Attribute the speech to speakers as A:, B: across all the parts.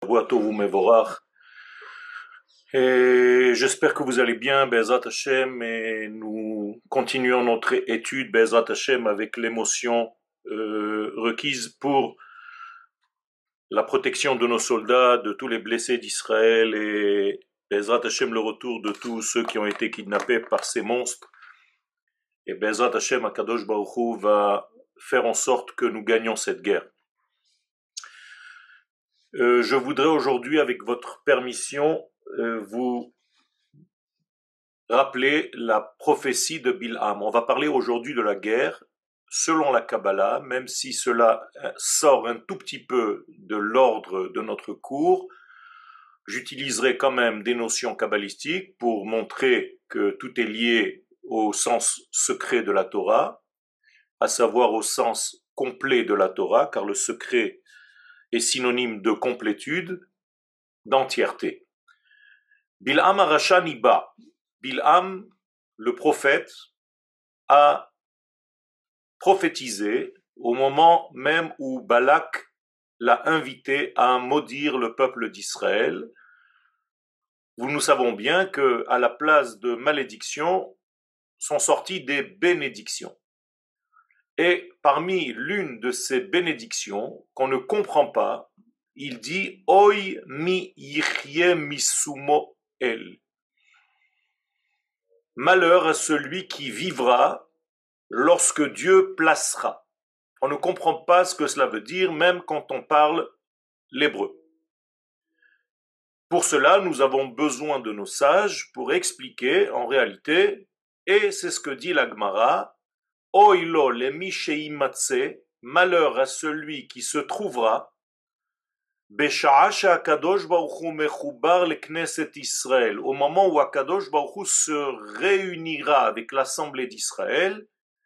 A: Shavua Tov u'Mevorach. Et j'espère que vous allez bien, Be'ezrat Hashem, et nous continuons notre étude, Be'ezrat Hashem, avec l'émotion requise pour la protection de nos soldats, de tous les blessés d'Israël, et Be'ezrat Hashem, le retour de tous ceux qui ont été kidnappés par ces monstres. Et Be'ezrat Hashem, Akadosh Baruch Hu va faire en sorte que nous gagnions cette guerre. Je voudrais aujourd'hui, avec votre permission, vous rappeler la prophétie de Bilham. On va parler aujourd'hui de la guerre selon la Kabbalah, même si cela sort un tout petit peu de l'ordre de notre cours. J'utiliserai quand même des notions kabbalistiques pour montrer que tout est lié au sens secret de la Torah, à savoir au sens complet de la Torah, car le secret est synonyme de complétude, d'entièreté. Bilham Arasha Niba. Bilham, le prophète, a prophétisé au moment même où Balak l'a invité à maudire le peuple d'Israël. Nous savons bien que à la place de malédiction sont sorties des bénédictions. Et parmi l'une de ces bénédictions qu'on ne comprend pas, il dit Oy mi yichye misumo el. Malheur à celui qui vivra lorsque Dieu placera. On ne comprend pas ce que cela veut dire, même quand on parle l'hébreu. Pour cela, nous avons besoin de nos sages pour expliquer en réalité, et c'est ce que dit la Gemara, Oilo le misheimatse, malheur à celui qui se trouvera, Besha'a she'Akadosh Baruch Hu mechubar lekneset Israël, au moment où Akadosh Baruch Hu se réunira avec l'assemblée d'Israël,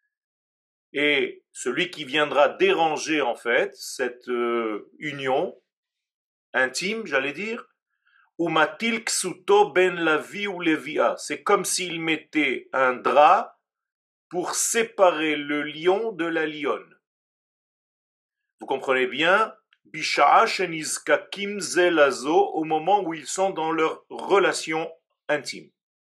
A: et celui qui viendra déranger en fait cette union intime, j'allais dire, Umatil ksuto ben lavi ou levia, c'est comme s'il mettait un drap pour séparer le lion de la lionne. Vous comprenez bien, Bisha'a shenizkakim ze lazo, au moment où ils sont dans leur relation intime.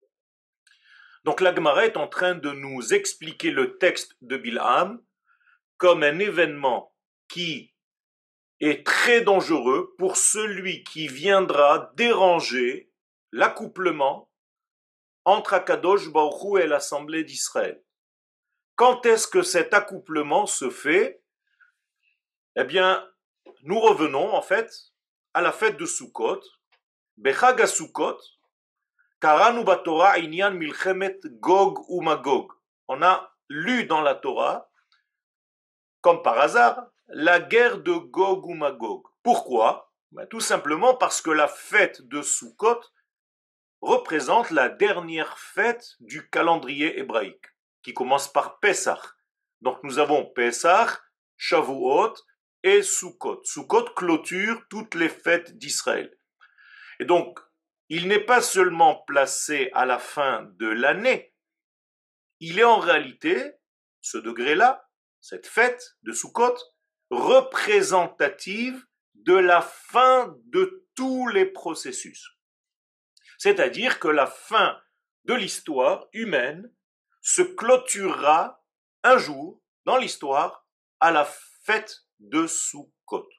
A: Donc la Gemara est en train de nous expliquer le texte de Bilham comme un événement qui est très dangereux pour celui qui viendra déranger l'accouplement entre Akadosh Baruch Hu et l'assemblée d'Israël. Quand est-ce que cet accouplement se fait? Eh bien, nous revenons en fait à la fête de Sukkot, Bechag HaSukkot, Karanu Batorah Inyan Milchemet Gog ou Magog. On a lu dans la Torah, comme par hasard, la guerre de Gog ou Magog. Pourquoi? Tout simplement parce que la fête de Sukkot représente la dernière fête du calendrier hébraïque, qui commence par Pessah. Donc nous avons Pessah, Shavuot et Sukkot. Sukkot clôture toutes les fêtes d'Israël. Et donc, il n'est pas seulement placé à la fin de l'année, il est en réalité, ce degré-là, cette fête de Sukkot, représentative de la fin de tous les processus. C'est-à-dire que la fin de l'histoire humaine se clôturera un jour dans l'histoire à la fête de Sukkot.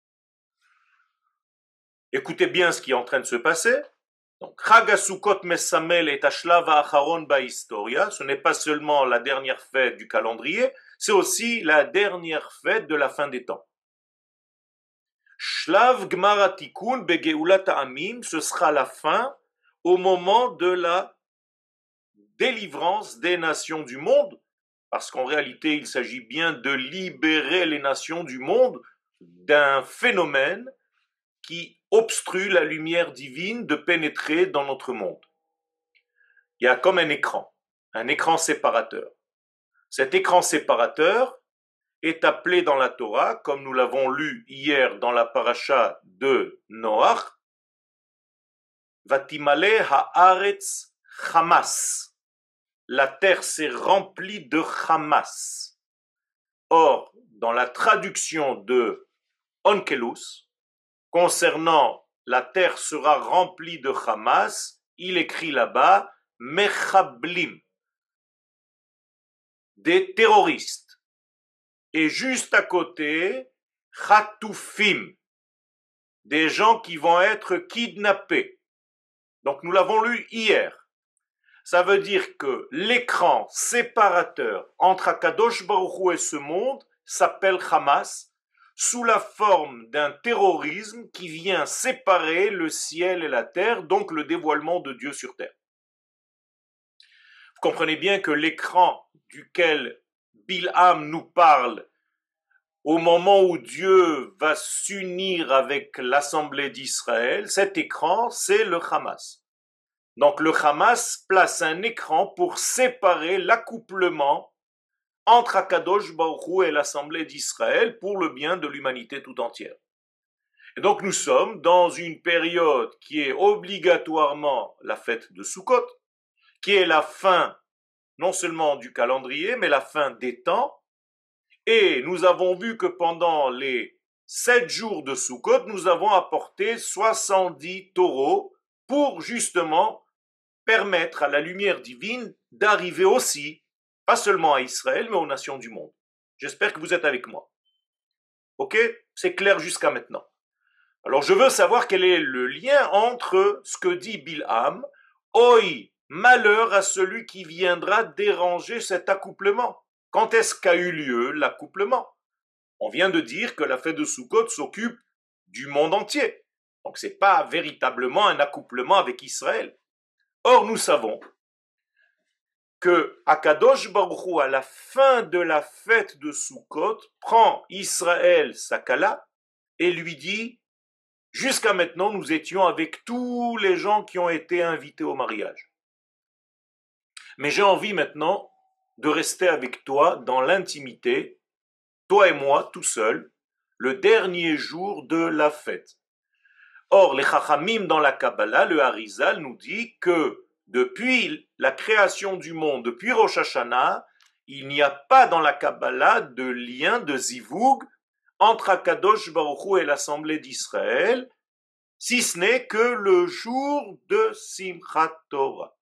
A: Écoutez bien ce qui est en train de se passer. Donc, Chag HaSukkot mesamel et Ashlav ha'acharon ba'historia, ce n'est pas seulement la dernière fête du calendrier, c'est aussi la dernière fête de la fin des temps. Shlav Gmar HaTikun beGeulat ha'amim, ce sera la fin au moment de la délivrance des nations du monde, parce qu'en réalité il s'agit bien de libérer les nations du monde d'un phénomène qui obstrue la lumière divine de pénétrer dans notre monde. Il y a comme un écran séparateur. Cet écran séparateur est appelé dans la Torah, comme nous l'avons lu hier dans la paracha de Noach, Vatimale haaretz Hamas. La terre s'est remplie de Hamas. Or, dans la traduction de Onkelos, concernant la terre sera remplie de Hamas, il écrit là-bas, Mechablim, des terroristes. Et juste à côté, Khatoufim, des gens qui vont être kidnappés. Donc nous l'avons lu hier. Ça veut dire que l'écran séparateur entre Akadosh Baruch Hu et ce monde s'appelle Hamas, sous la forme d'un terrorisme qui vient séparer le ciel et la terre, donc le dévoilement de Dieu sur terre. Vous comprenez bien que l'écran duquel Bilham nous parle au moment où Dieu va s'unir avec l'Assemblée d'Israël, cet écran, c'est le Hamas. Donc le Hamas place un écran pour séparer l'accouplement entre Akadosh Baruch Hu et l'Assemblée d'Israël pour le bien de l'humanité tout entière. Et donc nous sommes dans une période qui est obligatoirement la fête de Sukkot, qui est la fin non seulement du calendrier, mais la fin des temps. Et nous avons vu que pendant les 7 jours de Sukkot, nous avons apporté 70 taureaux pour justement permettre à la lumière divine d'arriver aussi, pas seulement à Israël, mais aux nations du monde. J'espère que vous êtes avec moi. Ok? C'est clair jusqu'à maintenant. Alors je veux savoir quel est le lien entre ce que dit Bilham, Oi, malheur à celui qui viendra déranger cet accouplement. Quand est-ce qu'a eu lieu l'accouplement? On vient de dire que la fête de Sukkot s'occupe du monde entier. Donc ce n'est pas véritablement un accouplement avec Israël. Or nous savons que Akadosh Baruch Hu, à la fin de la fête de Sukkot, prend Israël Sakala et lui dit « Jusqu'à maintenant, nous étions avec tous les gens qui ont été invités au mariage. Mais j'ai envie maintenant de rester avec toi dans l'intimité, toi et moi, tout seul, le dernier jour de la fête. » Or, les Chachamim dans la Kabbalah, le Harizal nous dit que depuis la création du monde, depuis Rosh Hashanah, il n'y a pas dans la Kabbalah de lien de zivug entre Akadosh Baruch Hu et l'Assemblée d'Israël, si ce n'est que le jour de Simchat Torah.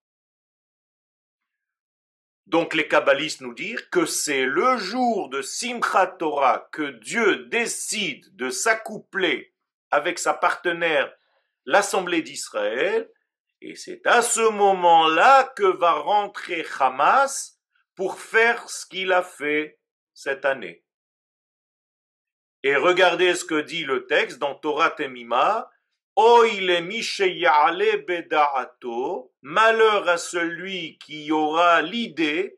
A: Donc les kabbalistes nous disent que c'est le jour de Simchat Torah que Dieu décide de s'accoupler avec sa partenaire, l'Assemblée d'Israël, et c'est à ce moment-là que va rentrer Hamas pour faire ce qu'il a fait cette année. Et regardez ce que dit le texte dans Torah Temima, malheur à celui qui aura l'idée,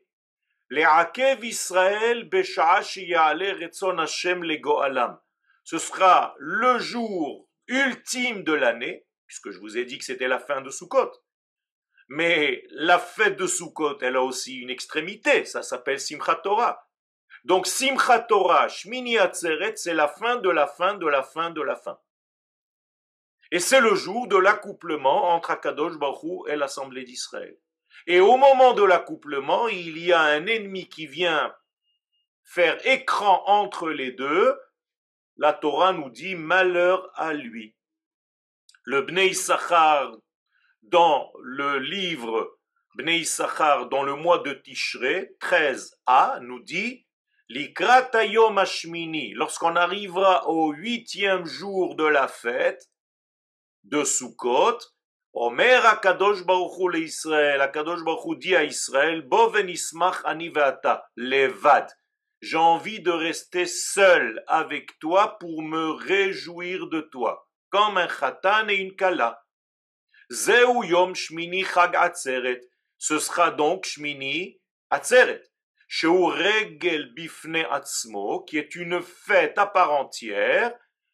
A: ce sera le jour ultime de l'année, puisque je vous ai dit que c'était la fin de Sukkot. Mais la fête de Sukkot, elle a aussi une extrémité, ça s'appelle Simchat Torah. Donc Simchat Torah, Shmini Atzeret, c'est la fin de la fin de la fin de la fin. Et c'est le jour de l'accouplement entre Akadosh Baruch Hu et l'Assemblée d'Israël. Et au moment de l'accouplement, il y a un ennemi qui vient faire écran entre les deux. La Torah nous dit malheur à lui. Le Bnei Issachar, dans le livre Bnei Issachar, dans le mois de Tishré, 13a, nous dit Likrat Hayom Hashmini, lorsqu'on arrivera au 8e jour de la fête de Sukkot, Omer Akadosh Baruch Hu le Israël, Akadosh Baruch Hu dit à Israël, Bo venismach ani ve'ata, levad. J'ai envie de rester seul avec toi pour me réjouir de toi, comme un chatan et une kala. Zeu yom shmini chag atzeret. Ce sera donc shmini atzeret. Sheu regel bifne atzmo, qui est une fête à part entière.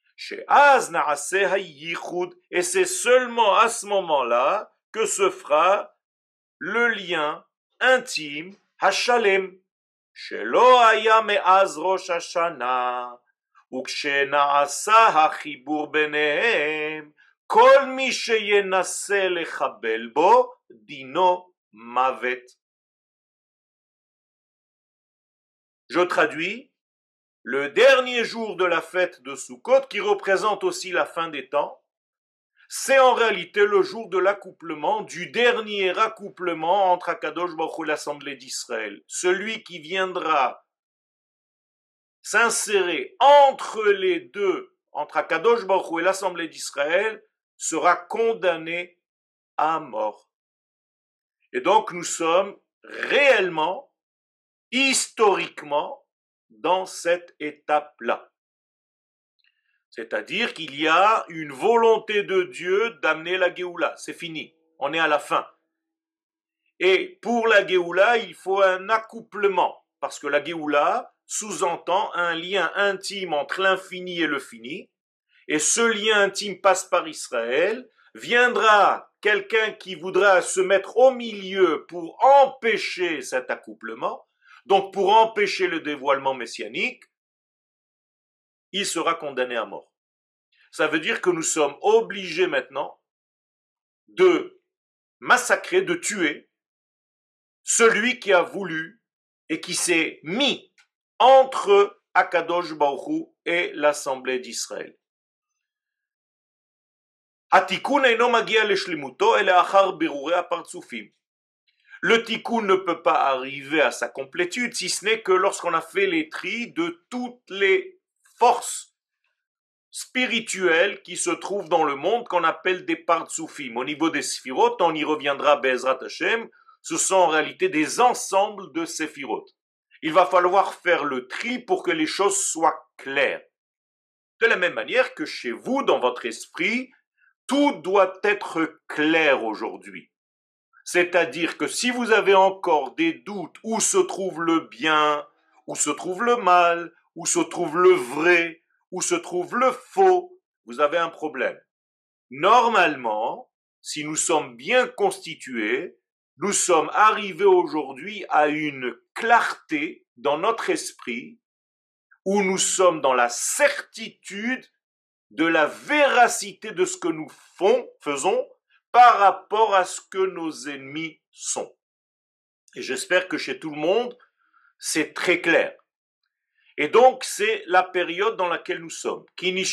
A: Et c'est seulement à ce moment-là que se fera le lien intime, Hashalem, Shelo haya me'az Rosh Hashanah, וכשנעשה החיבור ביניהם, כל מי שינסה לחבל בו, דינו מוות. Je traduis. Le dernier jour de la fête de Sukkot, qui représente aussi la fin des temps, c'est en réalité le jour de l'accouplement, du dernier accouplement entre Akadosh Baruch Hu et l'Assemblée d'Israël. Celui qui viendra s'insérer entre les deux, entre Akadosh Baruch Hu et l'Assemblée d'Israël, sera condamné à mort. Et donc nous sommes réellement, historiquement, dans cette étape-là. C'est-à-dire qu'il y a une volonté de Dieu d'amener la Géoula. C'est fini. On est à la fin. Et pour la Géoula, il faut un accouplement. Parce que la Géoula sous-entend un lien intime entre l'infini et le fini. Et ce lien intime passe par Israël. Viendra quelqu'un qui voudra se mettre au milieu pour empêcher cet accouplement. Donc pour empêcher le dévoilement messianique, il sera condamné à mort. Ça veut dire que nous sommes obligés maintenant de massacrer, de tuer celui qui a voulu et qui s'est mis entre Akadosh Baruch Hu et l'Assemblée d'Israël. Le tikkun ne peut pas arriver à sa complétude si ce n'est que lorsqu'on a fait les tris de toutes les forces spirituelles qui se trouvent dans le monde qu'on appelle des partsoufim. Au niveau des sphirot, on y reviendra Be'ezrat Hashem, ce sont en réalité des ensembles de séphirot. Il va falloir faire le tri pour que les choses soient claires. De la même manière que chez vous, dans votre esprit, tout doit être clair aujourd'hui. C'est-à-dire que si vous avez encore des doutes où se trouve le bien, où se trouve le mal, où se trouve le vrai, où se trouve le faux, vous avez un problème. Normalement, si nous sommes bien constitués, nous sommes arrivés aujourd'hui à une clarté dans notre esprit où nous sommes dans la certitude de la véracité de ce que nous faisons par rapport à ce que nos ennemis sont. Et j'espère que chez tout le monde, c'est très clair. Et donc, c'est la période dans laquelle nous sommes.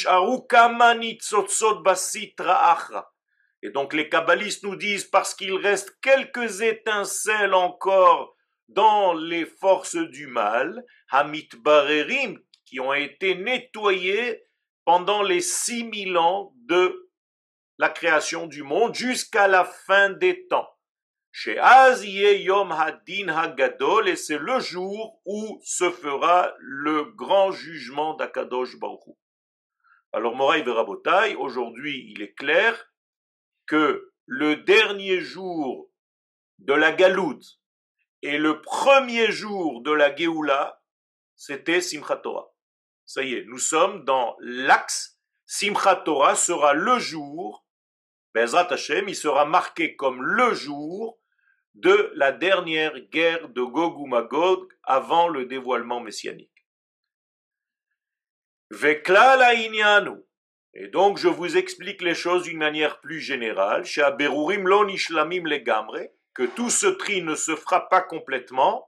A: Et donc, les kabbalistes nous disent, parce qu'il reste quelques étincelles encore dans les forces du mal, Hamitbarerim, qui ont été nettoyées pendant les 6000 ans de la création du monde jusqu'à la fin des temps. Chez Aziye Yom Hadin Hagadol, et c'est le jour où se fera le grand jugement d'Akadosh Baruch Hu. Alors, Moraï Verabotai, aujourd'hui, il est clair que le dernier jour de la Galout et le premier jour de la Géoula, c'était Simchat Torah. Ça y est, nous sommes dans l'axe. Simchat Torah sera le jour, Be'ezrat Hashem, il sera marqué comme le jour de la dernière guerre de Gog ou Magog avant le dévoilement messianique. Veklal ha'inyan. Et donc je vous explique les choses d'une manière plus générale. She'aberurim lo nishlamim legamre, que tout ce tri ne se fera pas complètement.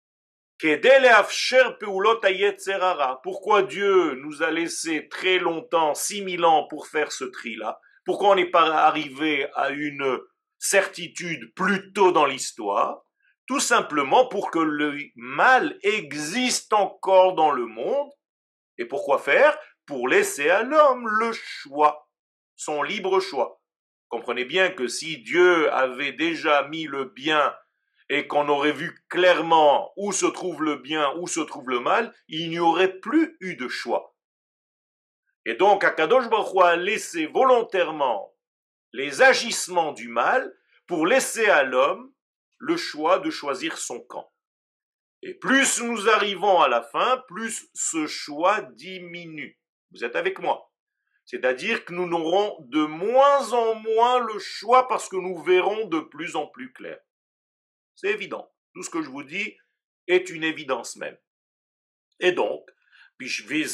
A: Pourquoi Dieu nous a laissé très longtemps, 6000 ans, pour faire ce tri-là? Pourquoi on n'est pas arrivé à une certitude plus tôt dans l'histoire? Tout simplement pour que le mal existe encore dans le monde. Et pourquoi faire? Pour laisser à l'homme le choix, son libre choix. Comprenez bien que si Dieu avait déjà mis le bien et qu'on aurait vu clairement où se trouve le bien, où se trouve le mal, il n'y aurait plus eu de choix. Et donc, Akadosh Baruch Hu a laissé volontairement les agissements du mal pour laisser à l'homme le choix de choisir son camp. Et plus nous arrivons à la fin, plus ce choix diminue. Vous êtes avec moi? C'est-à-dire que nous n'aurons de moins en moins le choix parce que nous verrons de plus en plus clair. C'est évident. Tout ce que je vous dis est une évidence même. Et donc, il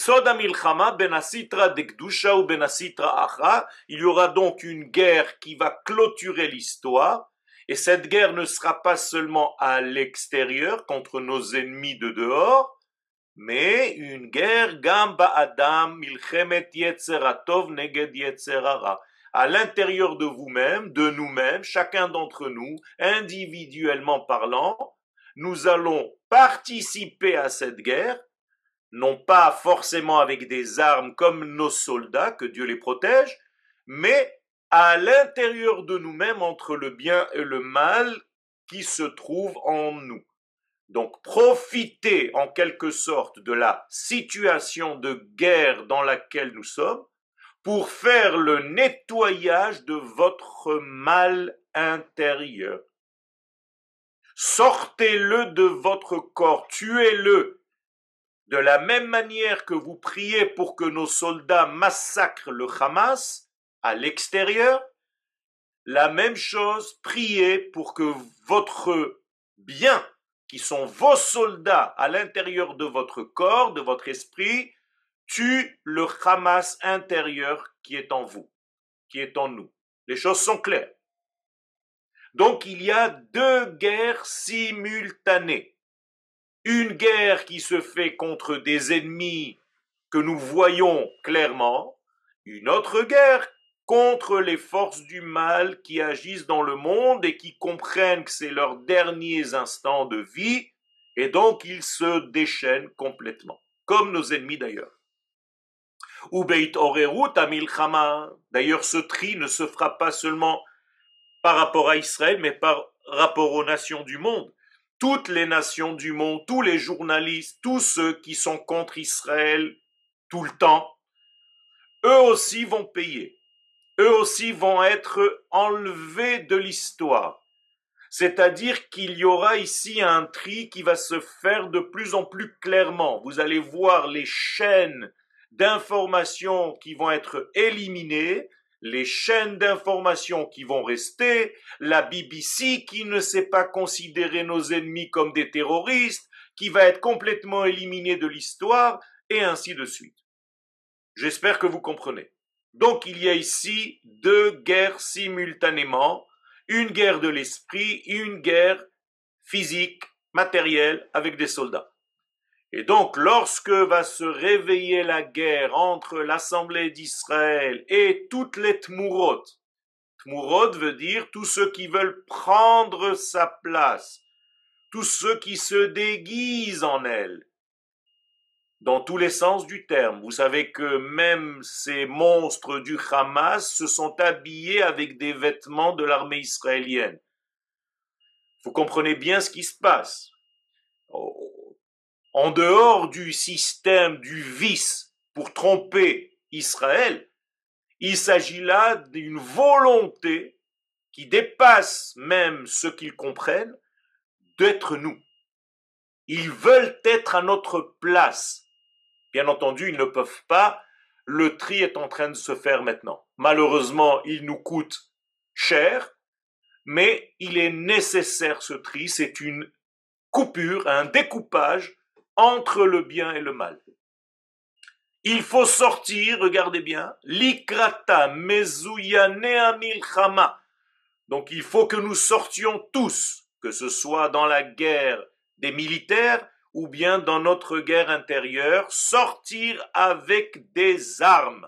A: y aura donc une guerre qui va clôturer l'histoire, et cette guerre ne sera pas seulement à l'extérieur contre nos ennemis de dehors, mais une guerre gamba adam milchemet yetzer hatov neged yetzer hara, à l'intérieur de vous-même, de nous-mêmes, chacun d'entre nous, individuellement parlant, nous allons participer à cette guerre, non pas forcément avec des armes comme nos soldats, que Dieu les protège, mais à l'intérieur de nous-mêmes, entre le bien et le mal qui se trouve en nous. Donc profitez en quelque sorte de la situation de guerre dans laquelle nous sommes pour faire le nettoyage de votre mal intérieur. Sortez-le de votre corps, tuez-le. De la même manière que vous priez pour que nos soldats massacrent le Hamas à l'extérieur, la même chose, priez pour que votre bien, qui sont vos soldats à l'intérieur de votre corps, de votre esprit, tue le Hamas intérieur qui est en vous, qui est en nous. Les choses sont claires. Donc il y a deux guerres simultanées. Une guerre qui se fait contre des ennemis que nous voyons clairement, une autre guerre contre les forces du mal qui agissent dans le monde et qui comprennent que c'est leurs derniers instants de vie, et donc ils se déchaînent complètement, comme nos ennemis d'ailleurs. D'ailleurs, ce tri ne se fera pas seulement par rapport à Israël, mais par rapport aux nations du monde. Toutes les nations du monde, tous les journalistes, tous ceux qui sont contre Israël tout le temps, eux aussi vont payer. Eux aussi vont être enlevés de l'histoire. C'est-à-dire qu'il y aura ici un tri qui va se faire de plus en plus clairement. Vous allez voir les chaînes d'informations qui vont être éliminées, les chaînes d'informations qui vont rester, la BBC qui ne sait pas considérer nos ennemis comme des terroristes, qui va être complètement éliminée de l'histoire, et ainsi de suite. J'espère que vous comprenez. Donc il y a ici deux guerres simultanément, une guerre de l'esprit, une guerre physique, matérielle, avec des soldats. Et donc, lorsque va se réveiller la guerre entre l'Assemblée d'Israël et toutes les Tmurot, Tmurot veut dire tous ceux qui veulent prendre sa place, tous ceux qui se déguisent en elle, dans tous les sens du terme. Vous savez que même ces monstres du Hamas se sont habillés avec des vêtements de l'armée israélienne. Vous comprenez bien ce qui se passe. En dehors du système du vice pour tromper Israël, il s'agit là d'une volonté qui dépasse même ce qu'ils comprennent d'être nous. Ils veulent être à notre place. Bien entendu, ils ne peuvent pas. Le tri est en train de se faire maintenant. Malheureusement, il nous coûte cher, mais il est nécessaire ce tri. C'est une coupure, un découpage entre le bien et le mal. Il faut sortir, regardez bien, l'ikrata mezuyanea milchama. Donc il faut que nous sortions tous, que ce soit dans la guerre des militaires ou bien dans notre guerre intérieure, sortir avec des armes.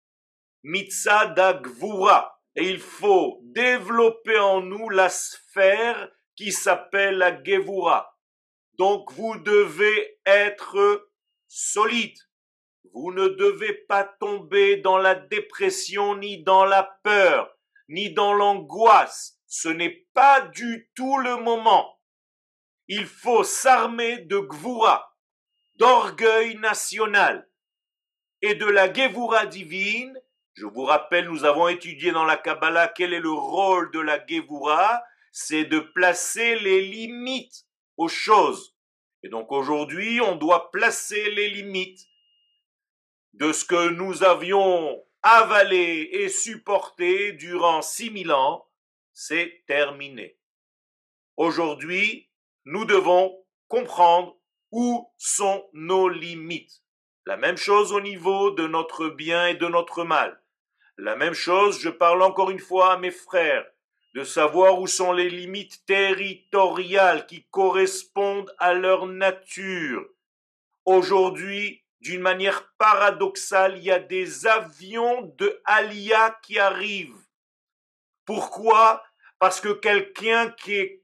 A: Mitzada gvura. Et il faut développer en nous la sphère qui s'appelle la gevura. Donc vous devez être solide. Vous ne devez pas tomber dans la dépression, ni dans la peur, ni dans l'angoisse. Ce n'est pas du tout le moment. Il faut s'armer de gvura, d'orgueil national et de la gevura divine. Je vous rappelle, nous avons étudié dans la Kabbalah quel est le rôle de la gevura, c'est de placer les limites aux choses. Et donc aujourd'hui, on doit placer les limites de ce que nous avions avalé et supporté durant 6000 ans. C'est terminé. Aujourd'hui, nous devons comprendre où sont nos limites. La même chose au niveau de notre bien et de notre mal. La même chose, je parle encore une fois à mes frères, de savoir où sont les limites territoriales qui correspondent à leur nature. Aujourd'hui, d'une manière paradoxale, il y a des avions de Aliyah qui arrivent. Pourquoi? Parce que quelqu'un qui est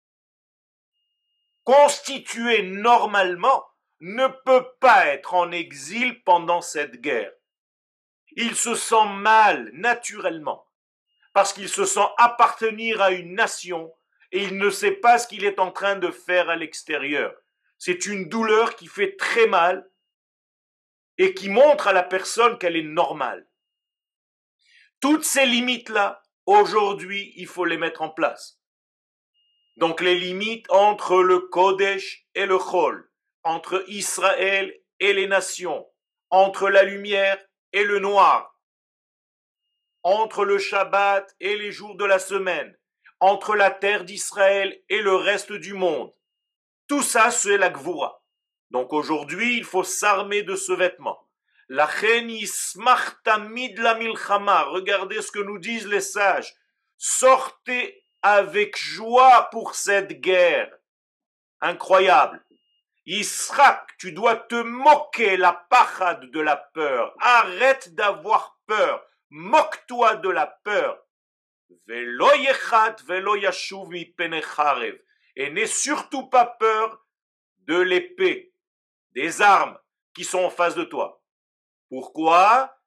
A: constitué normalement ne peut pas être en exil pendant cette guerre. Il se sent mal naturellement parce qu'il se sent appartenir à une nation et il ne sait pas ce qu'il est en train de faire à l'extérieur. C'est une douleur qui fait très mal et qui montre à la personne qu'elle est normale. Toutes ces limites-là, aujourd'hui, il faut les mettre en place. Donc les limites entre le Kodesh et le Chol, entre Israël et les nations, entre la lumière et le noir, entre le Shabbat et les jours de la semaine, entre la terre d'Israël et le reste du monde. Tout ça, c'est la Gvura. Donc aujourd'hui, il faut s'armer de ce vêtement. La ismach tamid la milchama. Regardez ce que nous disent les sages. Sortez avec joie pour cette guerre. Incroyable. Yisrak, tu dois te moquer la pachad de la peur. Arrête d'avoir peur. Moque-toi de la peur. Velo yechat velo yashuv mipene charev. Et n'aie surtout pas peur de l'épée, des armes qui sont en face de toi. Pourquoi?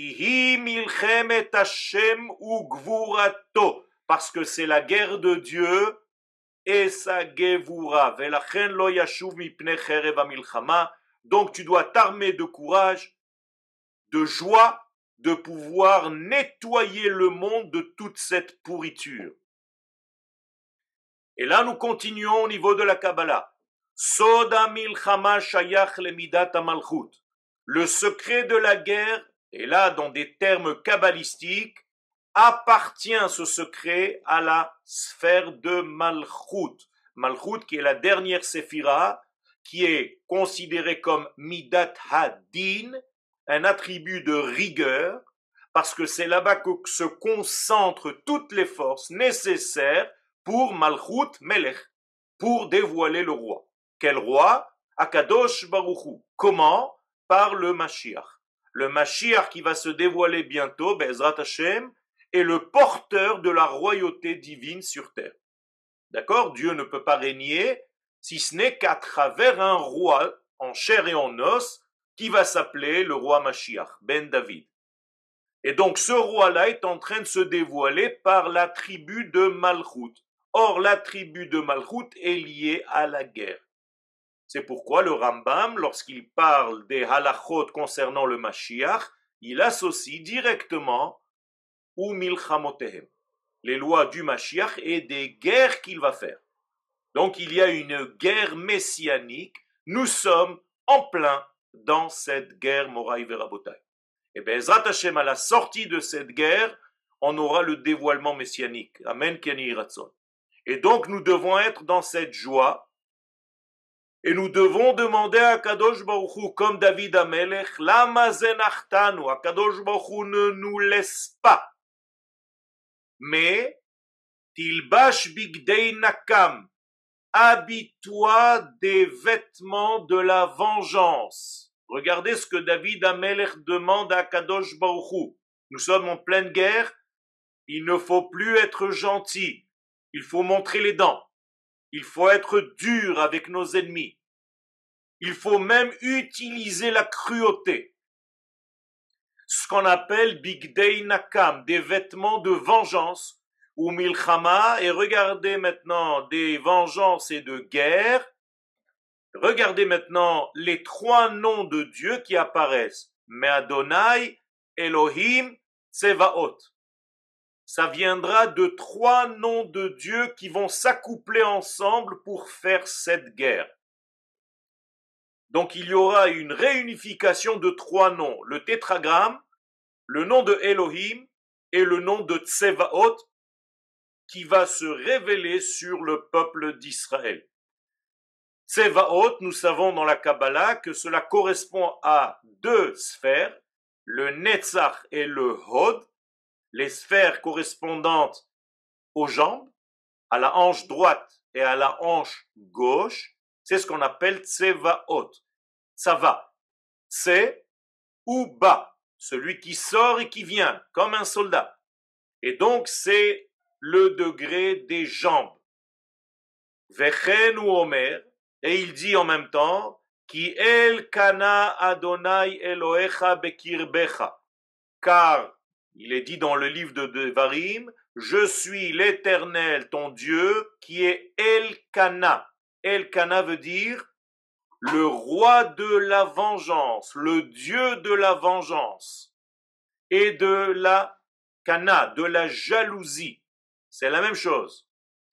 A: Parce que c'est la guerre de Dieu et sa gevura. Donc tu dois t'armer de courage, de joie, de pouvoir nettoyer le monde de toute cette pourriture. Et là, nous continuons au niveau de la Kabbalah. Soda milchama shayach lemidat malchut. Le secret de la guerre, et là, dans des termes kabbalistiques, appartient ce secret à la sphère de Malchut. Malchut, qui est la dernière séphira, qui est considérée comme Midat Hadin, un attribut de rigueur, parce que c'est là-bas que se concentrent toutes les forces nécessaires pour Malchut Melech, pour dévoiler le roi. Quel roi? Akadosh Baruch Hu. Comment? Par le Mashiach. Le Mashiach qui va se dévoiler bientôt, Be'ezrat Hashem, est le porteur de la royauté divine sur terre. D'accord? Dieu ne peut pas régner si ce n'est qu'à travers un roi en chair et en os qui va s'appeler le roi Mashiach, Ben David. Et donc ce roi-là est en train de se dévoiler par la tribu de Malchut. Or, la tribu de Malchut est liée à la guerre. C'est pourquoi le Rambam, lorsqu'il parle des halachot concernant le Mashiach, il associe directement ou milchamotehem, les lois du Mashiach et des guerres qu'il va faire. Donc il y a une guerre messianique. Nous sommes en plein dans cette guerre Moraï Verabotai. Et bien, Ezrat Hashem, à la sortie de cette guerre, on aura le dévoilement messianique. Amen, Keni Ratzon. Et donc nous devons être dans cette joie. Et nous devons demander à Kadosh Baruch Hu, comme David Amelech, Lama zenachtanu, à Kadosh Baruch Hu ne nous laisse pas. Mais, Tilbash bigdei nakam, habille-toi des vêtements de la vengeance. Regardez ce que David Amelech demande à Kadosh Baruch Hu. Nous sommes en pleine guerre, il ne faut plus être gentil, il faut montrer les dents. Il faut être dur avec nos ennemis. Il faut même utiliser la cruauté. Ce qu'on appelle Bigdei Nakam, des vêtements de vengeance, ou Milchama, et regardez maintenant des vengeances et de guerre. Regardez maintenant les trois noms de Dieu qui apparaissent. Me'adonai, Elohim, Tsevaot. Ça viendra de trois noms de Dieu qui vont s'accoupler ensemble pour faire cette guerre. Donc il y aura une réunification de trois noms, le tétragramme, le nom de Elohim et le nom de Tsevaot qui va se révéler sur le peuple d'Israël. Tsevaot, nous savons dans la Kabbalah que cela correspond à deux sphères, le Netzach et le Hod, les sphères correspondantes aux jambes, à la hanche droite et à la hanche gauche, c'est ce qu'on appelle Tsevaot. Ça va. c'est ou bas, celui qui sort et qui vient, comme un soldat. Et donc c'est le degré des jambes. Vechen ou Omer, et il dit en même temps, Ki el kana Adonai Elohecha bekirbecha, car il est dit dans le livre de Devarim, je suis l'Éternel, ton Dieu, qui est El-Kana. El-Kana veut dire le roi de la vengeance, le Dieu de la vengeance et de la Kana, de la jalousie. C'est la même chose.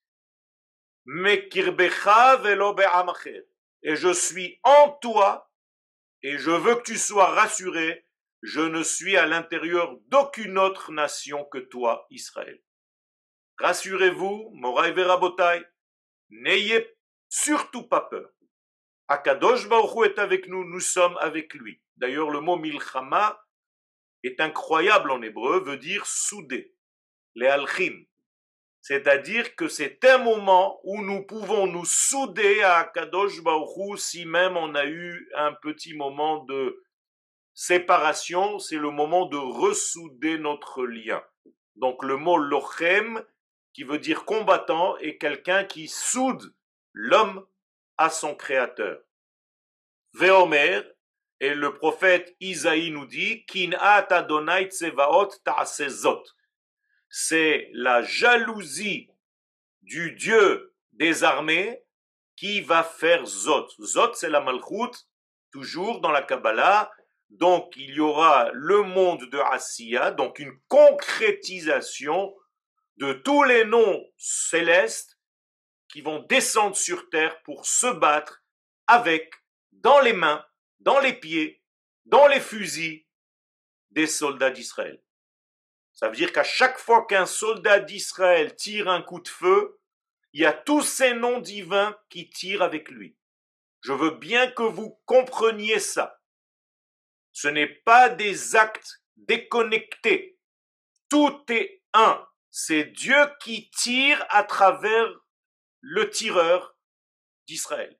A: Mekirbecha velo be'amacher. Et je suis en toi et je veux que tu sois rassuré. Je ne suis à l'intérieur d'aucune autre nation que toi, Israël. Rassurez-vous, Moraï Verabotai, n'ayez surtout pas peur. Akadosh Baruch Hu est avec nous, nous sommes avec lui. D'ailleurs, le mot milchama est incroyable en hébreu, veut dire souder, les alchim. C'est-à-dire que c'est un moment où nous pouvons nous souder à Akadosh Baruch Hu si même on a eu un petit moment de séparation, c'est le moment de ressouder notre lien. Donc le mot lochem, qui veut dire combattant, est quelqu'un qui soude l'homme à son créateur. Veomer, et le prophète Isaïe nous dit, Kin'at Adonai tsevaot ta'asezot. C'est la jalousie du Dieu des armées qui va faire Zot. Zot, c'est la Malchut, toujours dans la Kabbalah. Donc, il y aura le monde de Asiya, donc une concrétisation de tous les noms célestes qui vont descendre sur terre pour se battre avec, dans les mains, dans les pieds, dans les fusils des soldats d'Israël. Ça veut dire qu'à chaque fois qu'un soldat d'Israël tire un coup de feu, il y a tous ces noms divins qui tirent avec lui. Je veux bien que vous compreniez ça. Ce n'est pas des actes déconnectés. Tout est un. C'est Dieu qui tire à travers le tireur d'Israël.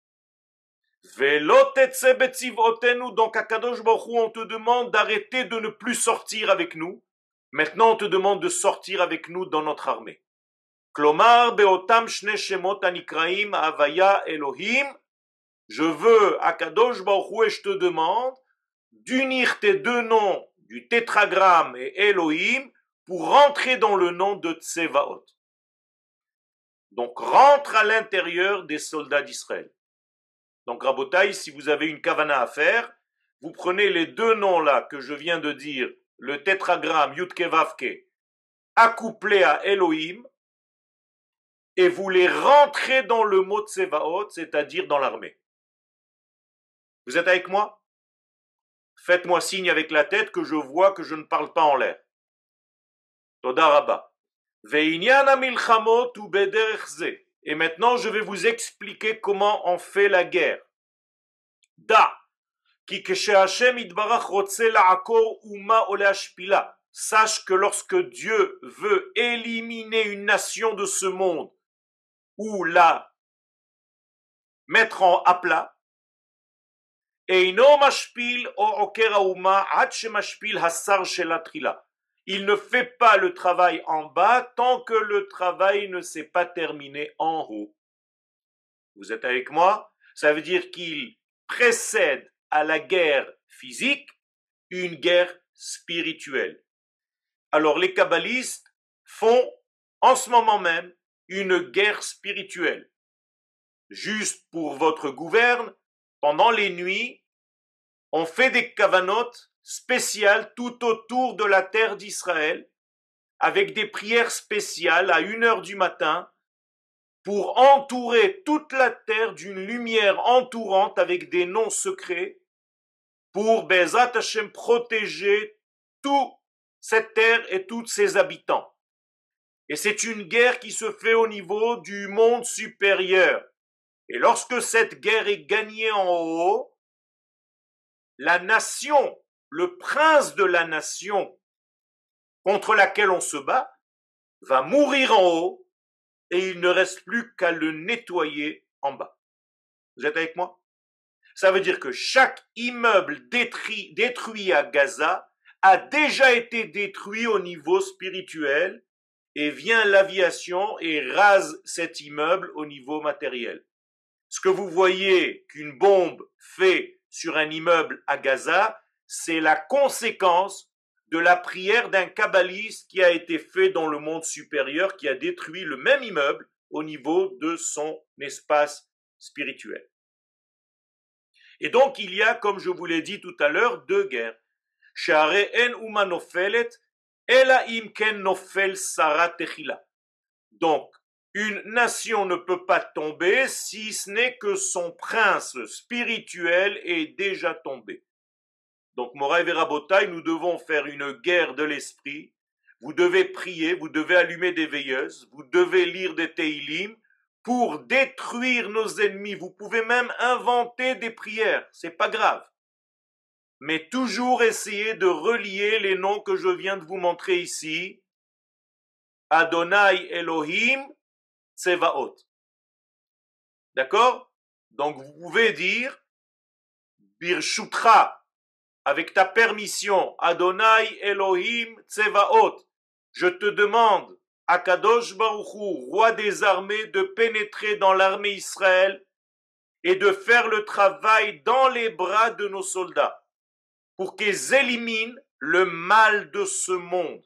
A: Donc à Kadosh Baruch Hu, on te demande d'arrêter de ne plus sortir avec nous. Maintenant, on te demande de sortir avec nous dans notre armée. Klomar beotam shne shemot anikraim avaya Elohim. Je veux, Akadosh Baruch Hu, et je te demande d'unir tes deux noms du tétragramme et Elohim pour rentrer dans le nom de Tsevaot. Donc rentre à l'intérieur des soldats d'Israël. Donc Rabotai, si vous avez une kavana à faire, vous prenez les deux noms là que je viens de dire, le tétragramme Yudke Vavke, accouplé à Elohim, et vous les rentrez dans le mot Tsevaot, c'est-à-dire dans l'armée. Vous êtes avec moi? Faites-moi signe avec la tête que je vois que je ne parle pas en l'air. Toda Rabba. Ve'inyana milchamot u bederech ze. Et maintenant, je vais vous expliquer comment on fait la guerre. Da. Ki keshe Hashem itbarach rotze la'akor uma o le'ashpila. Sache que lorsque Dieu veut éliminer une nation de ce monde ou la mettre à plat, il ne fait pas le travail en bas tant que le travail ne s'est pas terminé en haut. Vous êtes avec moi? Ça veut dire qu'il précède à la guerre physique une guerre spirituelle. Alors les kabbalistes font en ce moment même une guerre spirituelle. Juste pour votre gouverne, pendant les nuits, on fait des kavanotes spéciales tout autour de la terre d'Israël, avec des prières spéciales à 1h du matin, pour entourer toute la terre d'une lumière entourante avec des noms secrets, pour Bezat Hashem protéger toute cette terre et tous ses habitants. Et c'est une guerre qui se fait au niveau du monde supérieur. Et lorsque cette guerre est gagnée en haut, la nation, le prince de la nation contre laquelle on se bat, va mourir en haut et il ne reste plus qu'à le nettoyer en bas. Vous êtes avec moi? Ça veut dire que chaque immeuble détruit à Gaza a déjà été détruit au niveau spirituel et vient l'aviation et rase cet immeuble au niveau matériel. Ce que vous voyez qu'une bombe fait sur un immeuble à Gaza, c'est la conséquence de la prière d'un kabbaliste qui a été fait dans le monde supérieur, qui a détruit le même immeuble au niveau de son espace spirituel. Et donc il y a, comme je vous l'ai dit tout à l'heure, deux guerres. Donc, une nation ne peut pas tomber si ce n'est que son prince spirituel est déjà tombé. Donc, Moraï Verabotai, nous devons faire une guerre de l'esprit. Vous devez prier, vous devez allumer des veilleuses, vous devez lire des Teilim pour détruire nos ennemis. Vous pouvez même inventer des prières, c'est pas grave. Mais toujours essayer de relier les noms que je viens de vous montrer ici. Adonai Elohim Tsevaot. D'accord? Donc vous pouvez dire Birshutra, avec ta permission, Adonai Elohim Tsevaot. Je te demande, Akadosh Baruch Hu, roi des armées, de pénétrer dans l'armée Israël et de faire le travail dans les bras de nos soldats pour qu'ils éliminent le mal de ce monde.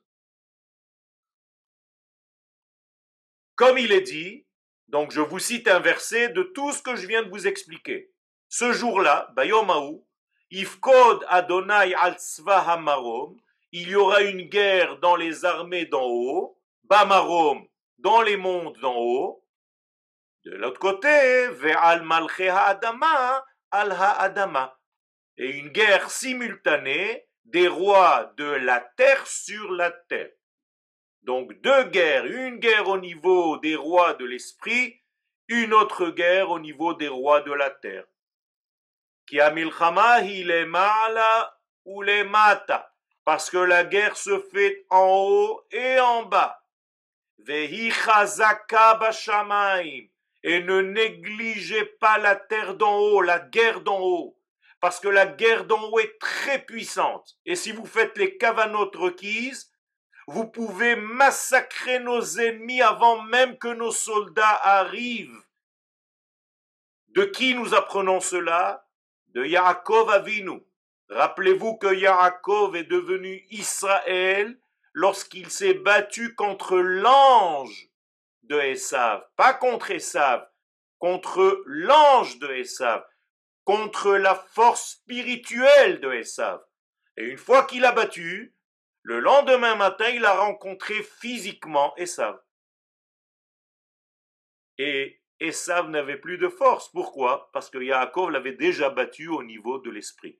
A: Comme il est dit, donc je vous cite un verset de tout ce que je viens de vous expliquer. Ce jour-là, Bayomahu, Ifkod Adonai al Tzva Hamarom, il y aura une guerre dans les armées d'en haut, Bamarom, dans les mondes d'en haut. De l'autre côté, Ve'al Malche Ha'adama al Ha'adama. Et une guerre simultanée des rois de la terre sur la terre. Donc deux guerres, une guerre au niveau des rois de l'esprit, une autre guerre au niveau des rois de la terre. Ki hamilchama hi lema'ala ou lemata, parce que la guerre se fait en haut et en bas. Vehi chazaka bashamayim, et ne négligez pas la terre d'en haut, la guerre d'en haut, parce que la guerre d'en haut est très puissante. Et si vous faites les kavanotes requises, vous pouvez massacrer nos ennemis avant même que nos soldats arrivent. De qui nous apprenons cela? De Yaakov Avinu. Rappelez-vous que Yaakov est devenu Israël lorsqu'il s'est battu contre l'ange de Esav. Pas contre Esav, contre l'ange de Esav, contre la force spirituelle de Esav. Et une fois qu'il a battu, le lendemain matin, il a rencontré physiquement Esav. Et Esav n'avait plus de force. Pourquoi? Parce que Yaakov l'avait déjà battu au niveau de l'esprit.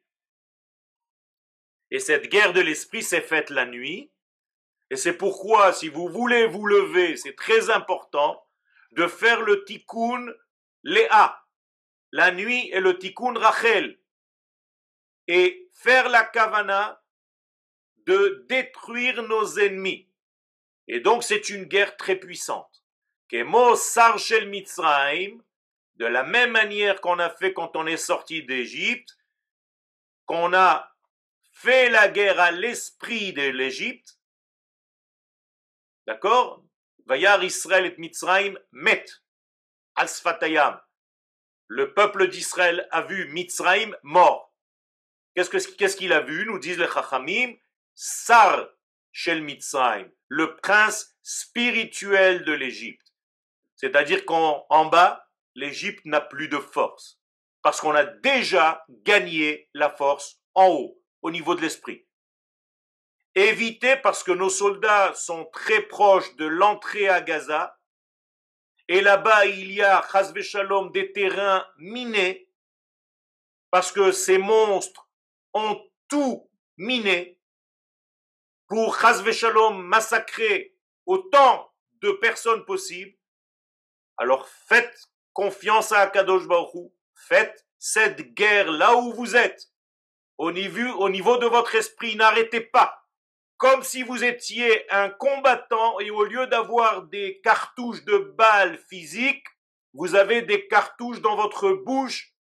A: Et cette guerre de l'esprit s'est faite la nuit. Et c'est pourquoi, si vous voulez vous lever, c'est très important de faire le tikkun Léa, la nuit, et le tikkun Rachel. Et faire la kavana de détruire nos ennemis. Et donc c'est une guerre très puissante. Kemo sar shel Mitzrayim, de la même manière qu'on a fait quand on est sorti d'Égypte, qu'on a fait la guerre à l'esprit de l'Égypte, d'accord? Vayar Israël et Mitzrayim met al sfatayam. Le peuple d'Israël a vu Mitzrayim mort. Qu'est-ce qu'il a vu? Nous disent les Chachamim, Sar shel Mitzrayim, le prince spirituel de l'Égypte. C'est-à-dire qu'en bas, l'Égypte n'a plus de force. Parce qu'on a déjà gagné la force en haut, au niveau de l'esprit. Évitez, parce que nos soldats sont très proches de l'entrée à Gaza, et là-bas il y a, chas v'shalom, des terrains minés, parce que ces monstres ont tout miné, pour chas v'shalom massacrer autant de personnes possibles. Alors faites confiance à Akadosh Baruch Hu, faites cette guerre là où vous êtes, au niveau de votre esprit, n'arrêtez pas. Comme si vous étiez un combattant et au lieu d'avoir des cartouches de balles physiques, vous avez des cartouches dans votre bouche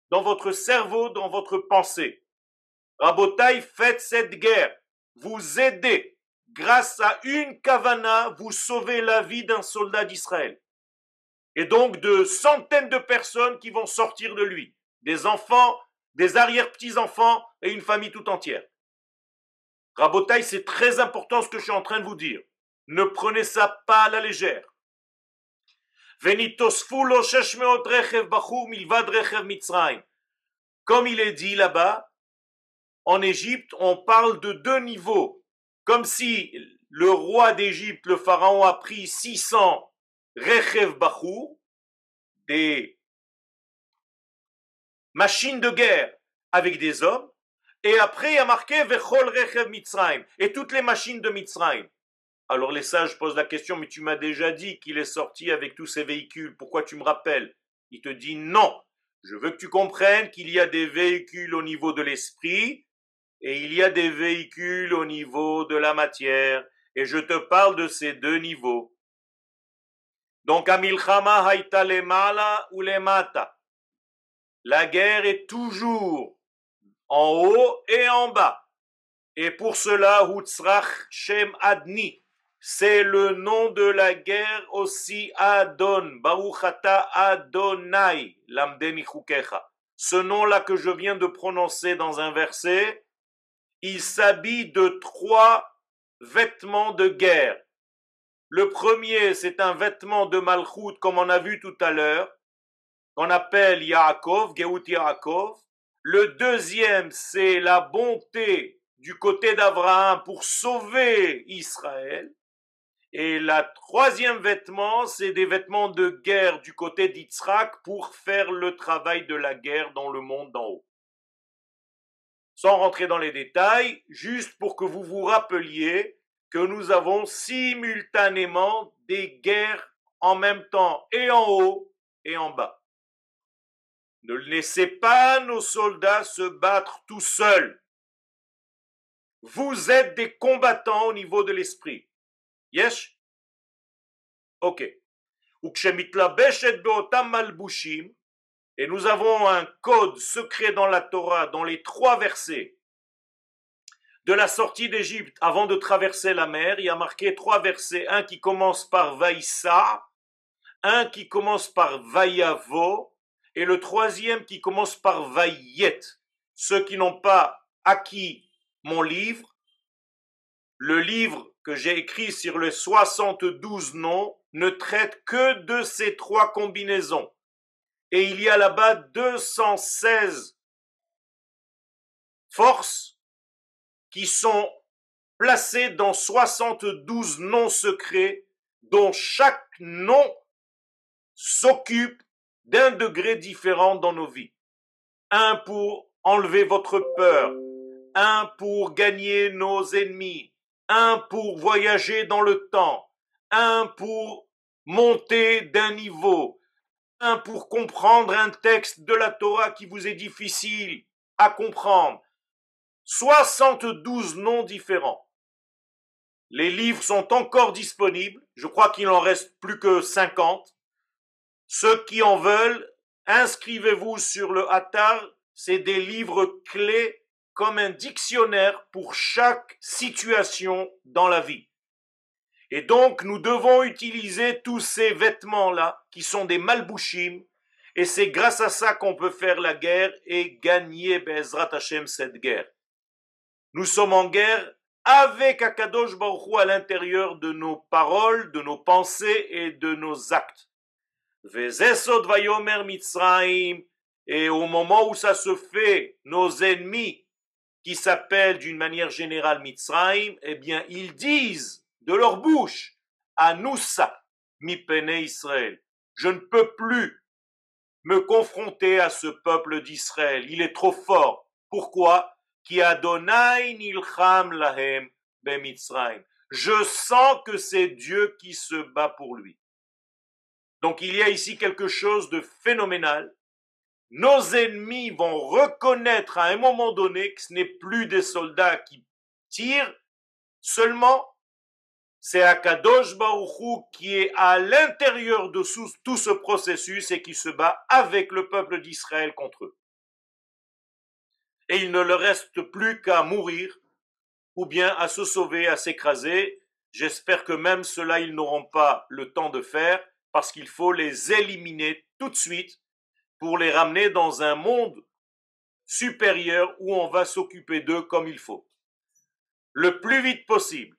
A: dans votre cerveau, dans votre pensée. Rabotai, faites cette guerre. Vous aidez. Grâce à une kavana, vous sauvez la vie d'un soldat d'Israël. Et donc de centaines de personnes qui vont sortir de lui. Des enfants, des arrière-petits-enfants et une famille tout entière. Rabotai, c'est très important ce que je suis en train de vous dire. Ne prenez ça pas à la légère. Comme il est dit là-bas, en Égypte, on parle de 2 niveaux. Comme si le roi d'Égypte, le pharaon, a pris 600 rechev bachou, des machines de guerre avec des hommes, et après il y a marqué Vechol rechev Mitzrayim, et toutes les machines de Mitzrayim. Alors les sages posent la question, mais tu m'as déjà dit qu'il est sorti avec tous ces véhicules, pourquoi tu me rappelles? Il te dit non, je veux que tu comprennes qu'il y a des véhicules au niveau de l'esprit, et il y a des véhicules au niveau de la matière, et je te parle de ces 2 niveaux. Donc, Amilchama haïta lemala ou lemata. La guerre est toujours en haut et en bas. Et pour cela, Hutzrach Shem Adni, c'est le nom de la guerre aussi Adon, Baruchata Adonai, Lamdeni Chukecha. Ce nom-là que je viens de prononcer dans un verset, il s'habille de 3 vêtements de guerre. Le premier, c'est un vêtement de Malchut, comme on a vu tout à l'heure, qu'on appelle Yaakov, Geout Yaakov. Le deuxième, c'est la bonté du côté d'Abraham pour sauver Israël. Et la troisième vêtement, c'est des vêtements de guerre du côté d'Yitzhak pour faire le travail de la guerre dans le monde d'en haut. Sans rentrer dans les détails, juste pour que vous vous rappeliez que nous avons simultanément des guerres en même temps, et en haut et en bas. Ne laissez pas nos soldats se battre tout seuls. Vous êtes des combattants au niveau de l'esprit. Yes? Ok. Et nous avons un code secret dans la Torah, dans les 3 versets de la sortie d'Égypte avant de traverser la mer. Il y a marqué 3 versets, un qui commence par Vaïssa, un qui commence par Vaïavo, et le troisième qui commence par Vaïet. Ceux qui n'ont pas acquis mon livre, le livre que j'ai écrit sur les 72 noms, ne traite que de ces 3 combinaisons. Et il y a là-bas 216 forces qui sont placés dans 72 noms secrets dont chaque nom s'occupe d'un degré différent dans nos vies. Un pour enlever votre peur, un pour gagner nos ennemis, un pour voyager dans le temps, un pour monter d'un niveau, un pour comprendre un texte de la Torah qui vous est difficile à comprendre. 72 noms différents. Les livres sont encore disponibles. Je crois qu'il en reste plus que 50. Ceux qui en veulent, inscrivez-vous sur le Atar. C'est des livres clés comme un dictionnaire pour chaque situation dans la vie. Et donc, nous devons utiliser tous ces vêtements-là, qui sont des malbouchim, et c'est grâce à ça qu'on peut faire la guerre et gagner, Be'ezrat Hashem, cette guerre. Nous sommes en guerre avec Akadosh Baruch Hu à l'intérieur de nos paroles, de nos pensées et de nos actes. Vezesod vayomer Mitzrayim, et au moment où ça se fait, nos ennemis, qui s'appellent d'une manière générale Mitzrayim, eh bien, ils disent de leur bouche, Anoussa, mipene Israël. Je ne peux plus me confronter à ce peuple d'Israël. Il est trop fort. Pourquoi? Ki Adonai nilcham lahem bemitzrayim. Je sens que c'est Dieu qui se bat pour lui. Donc il y a ici quelque chose de phénoménal. Nos ennemis vont reconnaître à un moment donné que ce n'est plus des soldats qui tirent seulement, c'est Akadosh Baruch Hu qui est à l'intérieur de tout ce processus et qui se bat avec le peuple d'Israël contre eux. et il ne leur reste plus qu'à mourir ou bien à se sauver, à s'écraser. J'espère que même cela, ils n'auront pas le temps de faire parce qu'il faut les éliminer tout de suite pour les ramener dans un monde supérieur où on va s'occuper d'eux comme il faut. Le plus vite possible.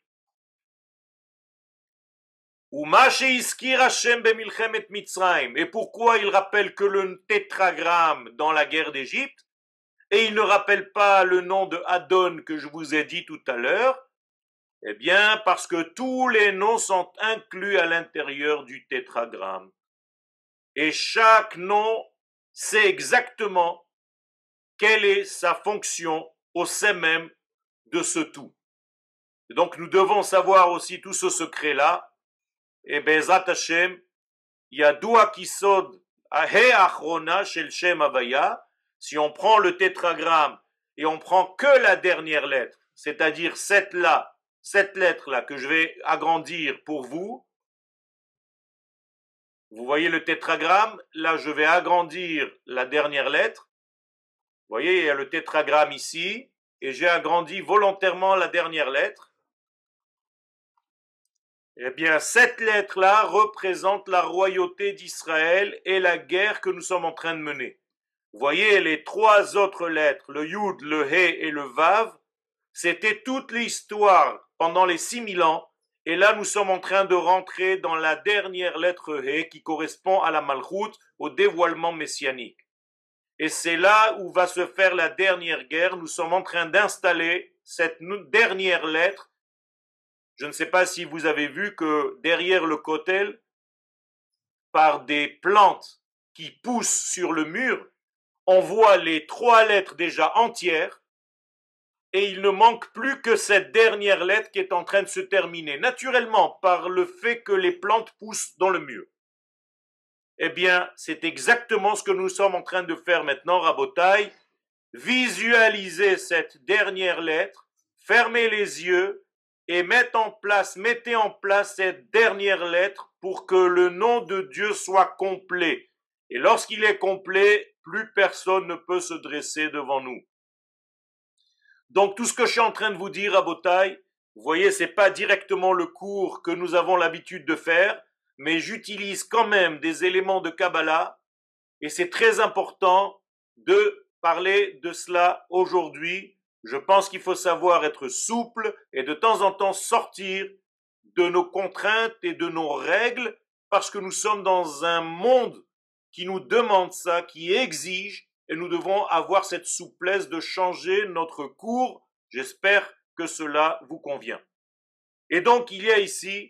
A: Et pourquoi il rappelle que le tétragramme dans la guerre d'Égypte et il ne rappelle pas le nom de Adon que je vous ai dit tout à l'heure? Eh bien, parce que tous les noms sont inclus à l'intérieur du tétragramme. Et chaque nom sait exactement quelle est sa fonction au sein même de ce tout. Et donc nous devons savoir aussi tout ce secret-là. Et Bezat Hashem, Yadoua Kisod Ahe Achrona Shel Shem Havaya, si on prend le tétragramme et on prend que la dernière lettre, c'est-à-dire cette lettre-là que je vais agrandir pour vous, vous voyez le tétragramme, là je vais agrandir la dernière lettre, vous voyez il y a le tétragramme ici, et j'ai agrandi volontairement la dernière lettre. Eh bien, cette lettre-là représente la royauté d'Israël et la guerre que nous sommes en train de mener. Vous voyez, les trois autres lettres, le Yud, le He et le Vav, c'était toute l'histoire pendant les 6000 ans. Et là, nous sommes en train de rentrer dans la dernière lettre He qui correspond à la Malchut, au dévoilement messianique. Et c'est là où va se faire la dernière guerre. Nous sommes en train d'installer cette dernière lettre. Je ne sais pas si vous avez vu que derrière le Kotel, par des plantes qui poussent sur le mur, on voit les trois lettres déjà entières et il ne manque plus que cette dernière lettre qui est en train de se terminer, naturellement par le fait que les plantes poussent dans le mur. Eh bien, c'est exactement ce que nous sommes en train de faire maintenant, Rabotai. Visualisez cette dernière lettre, fermez les yeux et mettez en place cette dernière lettre pour que le nom de Dieu soit complet. Et lorsqu'il est complet, plus personne ne peut se dresser devant nous. Donc tout ce que je suis en train de vous dire à Botaï, vous voyez, c'est pas directement le cours que nous avons l'habitude de faire, mais j'utilise quand même des éléments de Kabbalah et c'est très important de parler de cela aujourd'hui. Je pense qu'il faut savoir être souple et de temps en temps sortir de nos contraintes et de nos règles parce que nous sommes dans un monde qui nous demande ça, qui exige et nous devons avoir cette souplesse de changer notre cours. J'espère que cela vous convient. Et donc il y a ici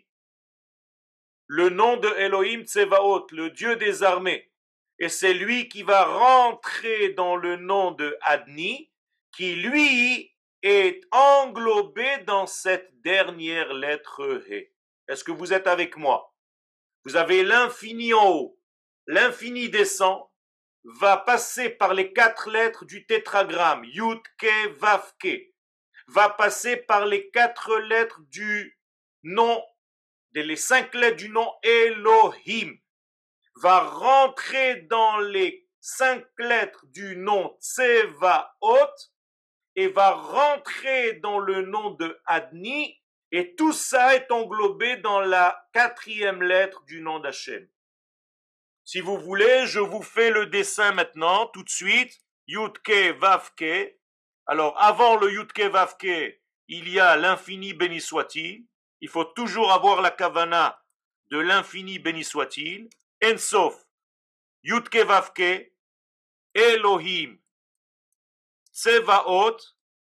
A: le nom de Elohim Tsevaot, le Dieu des armées. Et c'est lui qui va rentrer dans le nom de Adni, qui lui est englobé dans cette dernière lettre He. Est-ce que vous êtes avec moi? Vous avez l'infini en haut, l'infini descend, va passer par les 4 lettres du tétragramme, Yud, Ke, Vav, Ke, va passer par les 4 lettres du nom, les 5 lettres du nom Elohim, va rentrer dans les 5 lettres du nom Tsevaot et va rentrer dans le nom de Adni, et tout ça est englobé dans la 4e lettre du nom d'Hachem. Si vous voulez, je vous fais le dessin maintenant, tout de suite. Yudke Vavke. Alors, avant le Yudke Vavke, il y a l'infini béni soit-il. Il faut toujours avoir la kavana de l'infini béni soit-il. Ensof, Yudke Vavke, Elohim, Tsevaot,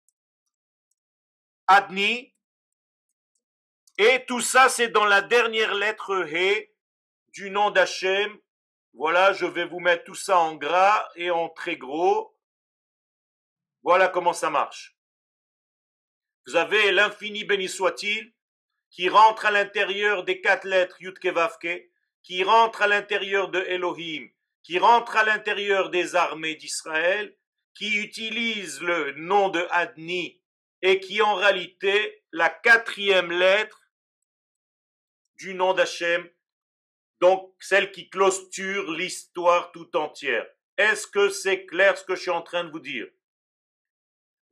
A: Adni. Et tout ça, c'est dans la dernière lettre He du nom d'Hachem. Voilà, je vais vous mettre tout ça en gras et en très gros. Voilà comment ça marche. Vous avez l'infini béni soit-il qui rentre à l'intérieur des 4 lettres Yudke Vavke, qui rentre à l'intérieur de Elohim, qui rentre à l'intérieur des armées d'Israël, qui utilise le nom de Adni et qui en réalité la 4e lettre du nom d'Hachem, donc celle qui clôture l'histoire tout entière. Est-ce que c'est clair ce que je suis en train de vous dire?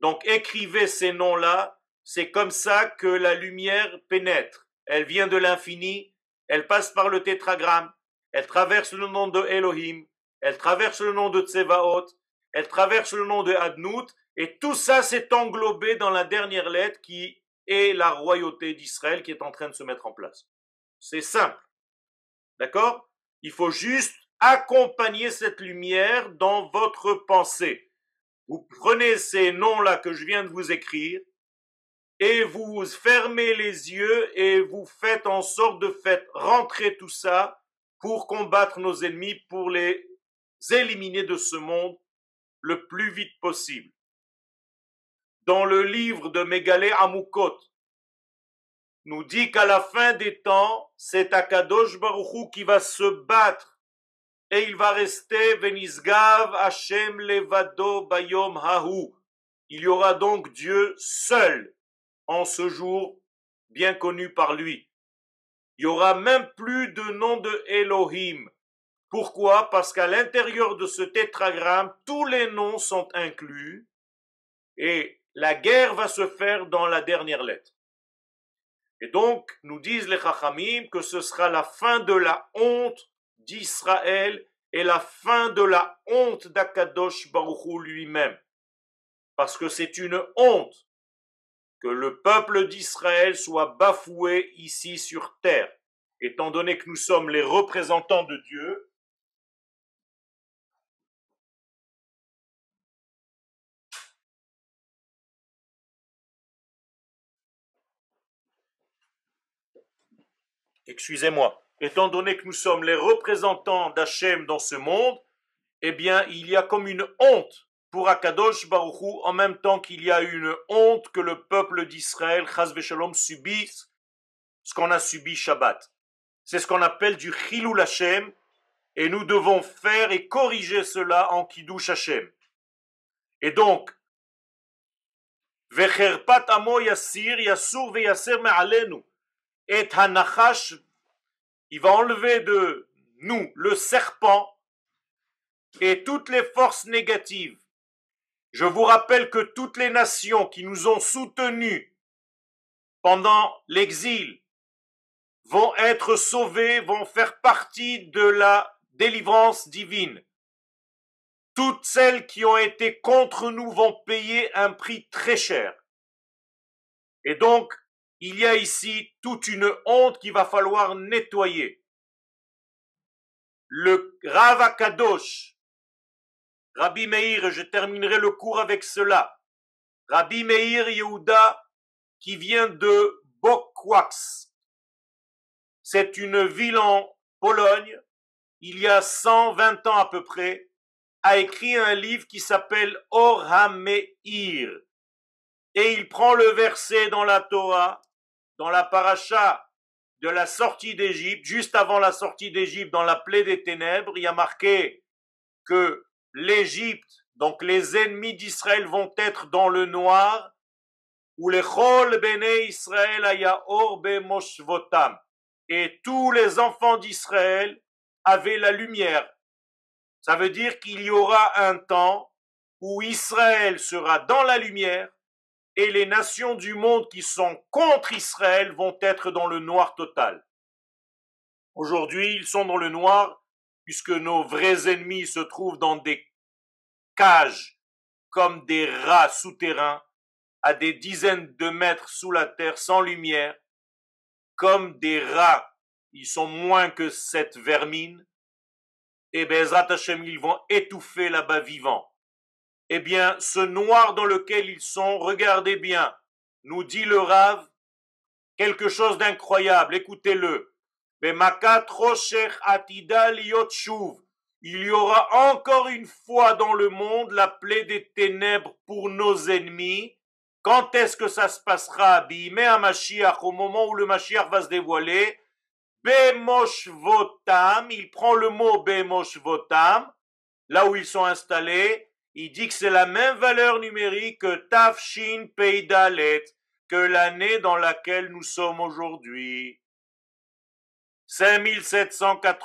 A: Donc écrivez ces noms-là, c'est comme ça que la lumière pénètre. Elle vient de l'infini, elle passe par le tétragramme, elle traverse le nom de Elohim, elle traverse le nom de Tsevaot, elle traverse le nom de Adnout, et tout ça s'est englobé dans la dernière lettre qui est la royauté d'Israël qui est en train de se mettre en place. C'est simple. D'accord? Il faut juste accompagner cette lumière dans votre pensée. Vous prenez ces noms-là que je viens de vous écrire et vous fermez les yeux et vous faites en sorte de faire rentrer tout ça pour combattre nos ennemis, pour les éliminer de ce monde le plus vite possible. Dans le livre de Mégalé Amoukot, nous dit qu'à la fin des temps, c'est Akadosh Baruch Hu qui va se battre et il va rester Venisgav Hashem Levado Bayom Hahu. Il y aura donc Dieu seul en ce jour bien connu par lui. Il y aura même plus de nom de Elohim. Pourquoi? Parce qu'à l'intérieur de ce tétragramme, tous les noms sont inclus et la guerre va se faire dans la dernière lettre. Et donc, nous disent les Chachamim que ce sera la fin de la honte d'Israël et la fin de la honte d'Akadosh Baruch Hu lui-même. Parce que c'est une honte que le peuple d'Israël soit bafoué ici sur terre. Étant donné que nous sommes les représentants de Dieu, excusez-moi, étant donné que nous sommes les représentants d'Hachem dans ce monde, eh bien, il y a comme une honte pour Akadosh Baruch Hu, en même temps qu'il y a une honte que le peuple d'Israël, Chas v'Shalom, subisse ce qu'on a subi Shabbat. C'est ce qu'on appelle du Chilul Hashem, et nous devons faire et corriger cela en Kiddush Hashem. Et donc, Vecherpat amo yassir, yassur ve'yasser me'alenu, et Hanachash, il va enlever de nous le serpent et toutes les forces négatives. Je vous rappelle que toutes les nations qui nous ont soutenus pendant l'exil vont être sauvées, vont faire partie de la délivrance divine. Toutes celles qui ont été contre nous vont payer un prix très cher. Et donc, il y a ici toute une honte qu'il va falloir nettoyer. Le Rav Akadosh, Rabbi Meir, et je terminerai le cours avec cela, Rabbi Meir Yehuda, qui vient de Bokwaks. C'est une ville en Pologne, il y a 120 ans à peu près, a écrit un livre qui s'appelle Or HaMeir. Et il prend le verset dans la Torah, dans la paracha de la sortie d'Égypte, juste avant la sortie d'Égypte, dans la plaie des ténèbres, il y a marqué que l'Égypte, donc les ennemis d'Israël vont être dans le noir, ou les chol bene Israël aya or bemoshvotam. Et tous les enfants d'Israël avaient la lumière. Ça veut dire qu'il y aura un temps où Israël sera dans la lumière et les nations du monde qui sont contre Israël vont être dans le noir total. Aujourd'hui, ils sont dans le noir puisque nos vrais ennemis se trouvent dans des cages comme des rats souterrains à des dizaines de mètres sous la terre sans lumière, comme des rats, ils sont moins que cette vermine, et Bezrat Hashem, ils vont étouffer là-bas vivants. Eh bien, ce noir dans lequel ils sont, regardez bien, nous dit le Rav, quelque chose d'incroyable, écoutez-le. Il y aura encore une fois dans le monde la plaie des ténèbres pour nos ennemis. Quand est-ce que ça se passera? Bimé à Mashiach, au moment où le Mashiach va se dévoiler. Bemoshvotam, il prend le mot Bemoshvotam, là où ils sont installés. Il dit que c'est la même valeur numérique que Tafshin Peidalet, que l'année dans laquelle nous sommes aujourd'hui.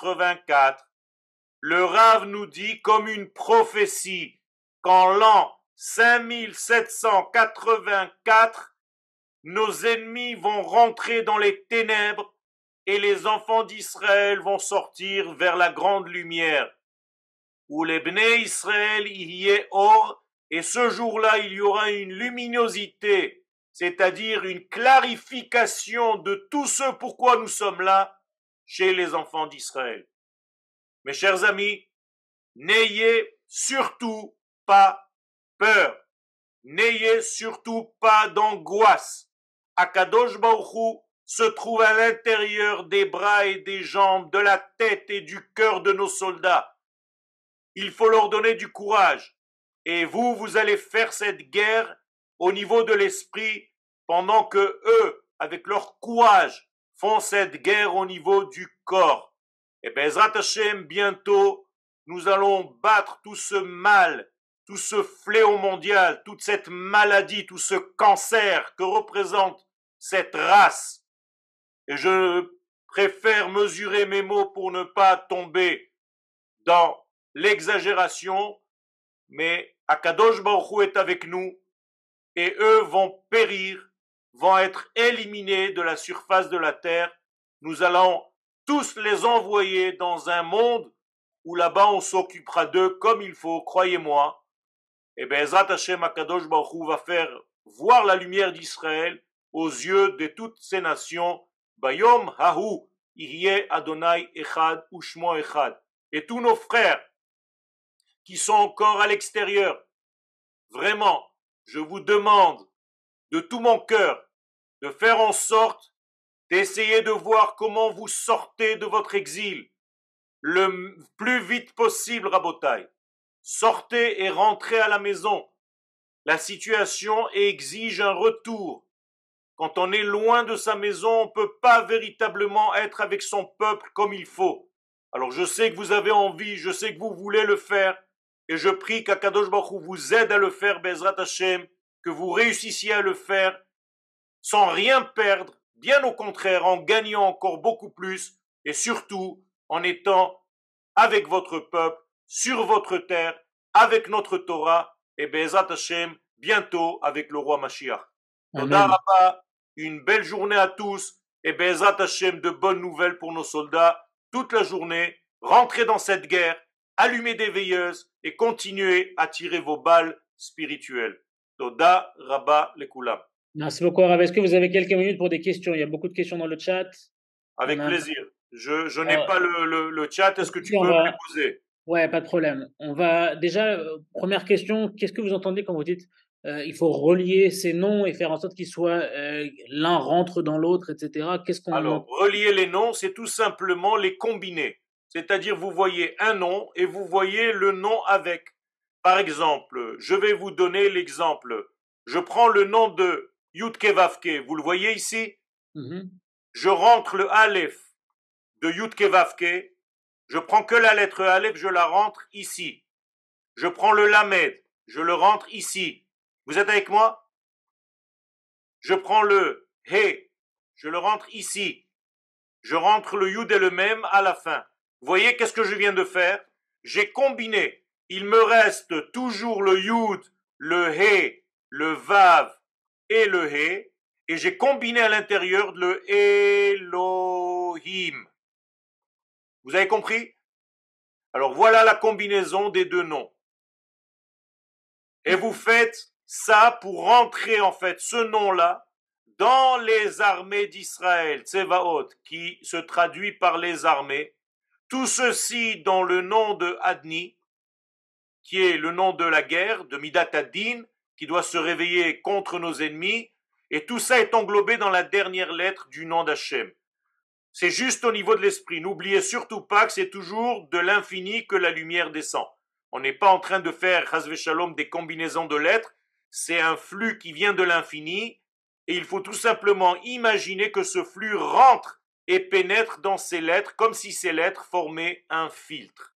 A: 5784. Le Rav nous dit comme une prophétie qu'en l'an 5784, nos ennemis vont rentrer dans les ténèbres et les enfants d'Israël vont sortir vers la grande lumière. Où les Bnei Israël y est or, et ce jour-là, il y aura une luminosité, c'est-à-dire une clarification de tout ce pourquoi nous sommes là chez les enfants d'Israël. Mes chers amis, n'ayez surtout pas peur. N'ayez surtout pas d'angoisse. Akadosh Baruch Hu se trouve à l'intérieur des bras et des jambes, de la tête et du cœur de nos soldats. Il faut leur donner du courage. Et vous, vous allez faire cette guerre au niveau de l'esprit pendant que eux, avec leur courage, font cette guerre au niveau du corps. Et Bezrat Hashem, bientôt, nous allons battre tout ce mal, tout ce fléau mondial, toute cette maladie, tout ce cancer que représente cette race. Et je préfère mesurer mes mots pour ne pas tomber dans l'exagération, mais Akadosh Baruch Hu est avec nous et eux vont périr, vont être éliminés de la surface de la terre. Nous allons tous les envoyer dans un monde où là-bas on s'occupera d'eux comme il faut, croyez-moi. Et Bezrat Hashem Akadosh Baruch Hu va faire voir la lumière d'Israël aux yeux de toutes ces nations. Bayom Hahu Ihyeh Adonai Echad Ushmo Echad. Et tous nos frères qui sont encore à l'extérieur, vraiment, je vous demande de tout mon cœur de faire en sorte d'essayer de voir comment vous sortez de votre exil le plus vite possible, Rabotai. Sortez et rentrez à la maison. La situation exige un retour. Quand on est loin de sa maison, on ne peut pas véritablement être avec son peuple comme il faut. Alors je sais que vous avez envie, je sais que vous voulez le faire, et je prie qu'Akadosh Baruch Hu vous aide à le faire, Bezrat Hashem, que vous réussissiez à le faire sans rien perdre, bien au contraire, en gagnant encore beaucoup plus, et surtout en étant avec votre peuple, sur votre terre, avec notre Torah, et Bezrat Hashem, bientôt avec le roi Mashiach. Toda Rabba, une belle journée à tous, et Bezrat Hashem, de bonnes nouvelles pour nos soldats, toute la journée, rentrez dans cette guerre, allumez des veilleuses, et continuez à tirer vos balles spirituelles. Toda Rabba Lekulam.
B: Merci beaucoup, Rav. Est-ce que vous avez quelques minutes pour des questions? Il y a beaucoup de questions dans le chat.
A: Avec plaisir. Je n'ai pas le chat. Est-ce que tu peux me les poser?
B: Ouais, pas de problème. On va déjà, première question, qu'est-ce que vous entendez quand vous dites il faut relier ces noms et faire en sorte qu'ils soient l'un rentre dans l'autre, etc.
A: Alors, relier les noms, c'est tout simplement les combiner. C'est-à-dire, vous voyez un nom et vous voyez le nom avec. Par exemple, je vais vous donner l'exemple. Je prends le nom de Yudke Vavke. Vous le voyez ici? Je rentre le Aleph de Yudke Vavke. Je prends que la lettre Aleph, je la rentre ici. Je prends le Lamed, je le rentre ici. Vous êtes avec moi? Je prends le He, je le rentre ici. Je rentre le Yud et le Mem à la fin. Vous voyez qu'est-ce que je viens de faire? J'ai combiné. Il me reste toujours le Yud, le He, le Vav et le He. Et j'ai combiné à l'intérieur le Elohim. Vous avez compris? Alors voilà la combinaison des deux noms. Et vous faites ça pour rentrer en fait ce nom-là dans les armées d'Israël, Tsevaot, qui se traduit par les armées. Tout ceci dans le nom de Adni, qui est le nom de la guerre, de Midat Adin, qui doit se réveiller contre nos ennemis. Et tout ça est englobé dans la dernière lettre du nom d'Hachem. C'est juste au niveau de l'esprit. N'oubliez surtout pas que c'est toujours de l'infini que la lumière descend. On n'est pas en train de faire, Chasvé Shalom, des combinaisons de lettres. C'est un flux qui vient de l'infini. Et il faut tout simplement imaginer que ce flux rentre et pénètre dans ces lettres comme si ces lettres formaient un filtre.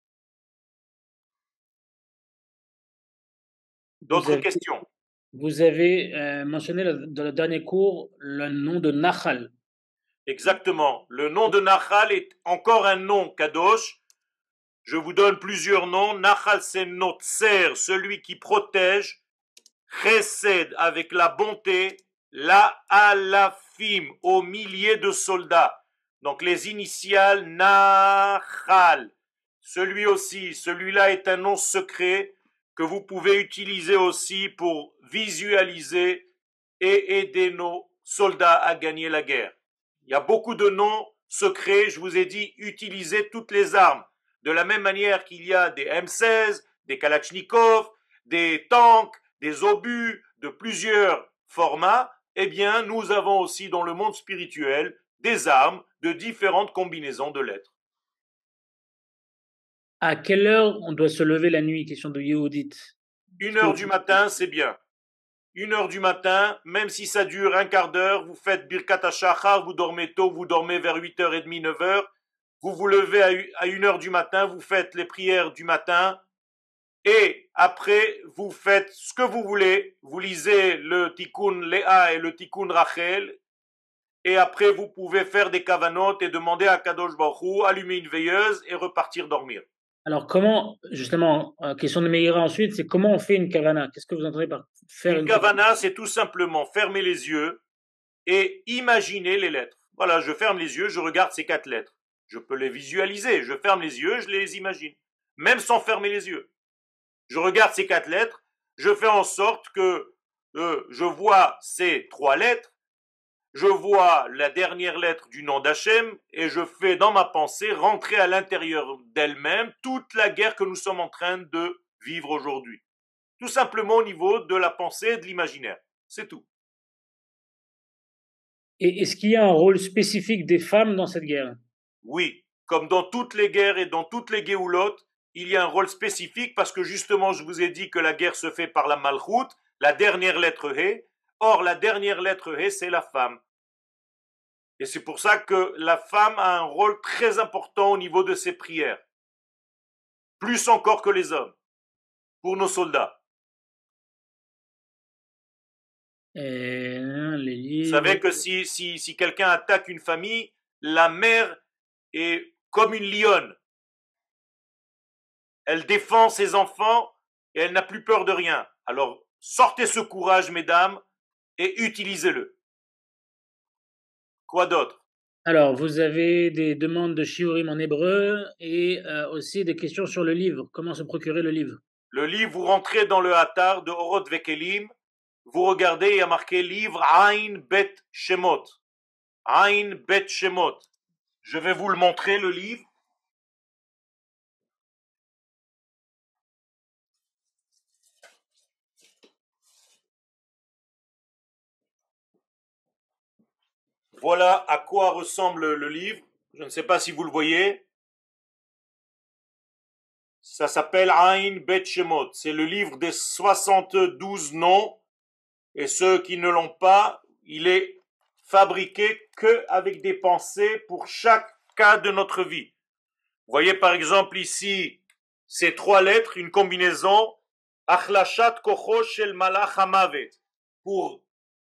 A: D'autres questions?
B: Vous avez mentionné dans le dernier cours le nom de Nachal.
A: Exactement. Le nom de Nachal est encore un nom Kadosh. Je vous donne plusieurs noms. Nachal, c'est Notzer, celui qui protège. Chesed avec la bonté, la alafim aux milliers de soldats. Donc les initiales Nahal. Celui aussi, celui-là est un nom secret que vous pouvez utiliser aussi pour visualiser et aider nos soldats à gagner la guerre. Il y a beaucoup de noms secrets, je vous ai dit, utilisez toutes les armes. De la même manière qu'il y a des M16, des Kalachnikov, des tanks, des obus de plusieurs formats, eh bien, nous avons aussi dans le monde spirituel des armes de différentes combinaisons de lettres.
B: À quelle heure on doit se lever la nuit? Question de Yehudit.
A: 1h du matin, c'est bien. 1h du matin, même si ça dure un quart d'heure, vous faites Birkat HaShachar, vous dormez tôt, vous dormez vers 8h30, 9h, vous vous levez à 1h du matin, vous faites les prières du matin, et après, vous faites ce que vous voulez, vous lisez le Tikkun Léa et le Tikkun Rachel, et après vous pouvez faire des kavanotes et demander à Kadosh Baruch Hu, allumer une veilleuse et repartir dormir.
B: Alors, comment, justement, question de Meïra ensuite, c'est comment on fait une kavana? Qu'est-ce que vous entendez par faire
A: Une kavana, c'est tout simplement fermer les yeux et imaginer les lettres. Voilà, je ferme les yeux, je regarde ces 4 lettres. Je peux les visualiser, je ferme les yeux, je les imagine. Même sans fermer les yeux. Je regarde ces 4 lettres, je fais en sorte que je vois ces 3 lettres, je vois la dernière lettre du nom d'Hachem et je fais dans ma pensée rentrer à l'intérieur d'elle-même toute la guerre que nous sommes en train de vivre aujourd'hui. Tout simplement au niveau de la pensée et de l'imaginaire. C'est tout.
B: Et est-ce qu'il y a un rôle spécifique des femmes dans cette guerre?
A: Oui, comme dans toutes les guerres et dans toutes les géoulotes, il y a un rôle spécifique parce que justement je vous ai dit que la guerre se fait par la malchoute, la dernière lettre He. Or la dernière lettre He, c'est la femme. Et c'est pour ça que la femme a un rôle très important au niveau de ses prières. Plus encore que les hommes, pour nos soldats. Vous savez que si quelqu'un attaque une famille, la mère est comme une lionne. Elle défend ses enfants et elle n'a plus peur de rien. Alors sortez ce courage, mesdames, et utilisez-le. Quoi d'autre?
B: Alors, vous avez des demandes de shiurim en hébreu et aussi des questions sur le livre. Comment se procurer le livre?
A: Le livre, vous rentrez dans le Hatar de Orot Vekelim, vous regardez, il y a marqué livre Ain Bet Shemot. Ain Bet Shemot. Je vais vous le montrer, le livre. Voilà à quoi ressemble le livre. Je ne sais pas si vous le voyez. Ça s'appelle Ain Bet Shemot. C'est le livre des 72 noms. Et ceux qui ne l'ont pas, il est fabriqué que avec des pensées pour chaque cas de notre vie. Vous voyez par exemple ici ces 3 lettres, une combinaison Achlachat Kocho Shel Malach Hamavet, pour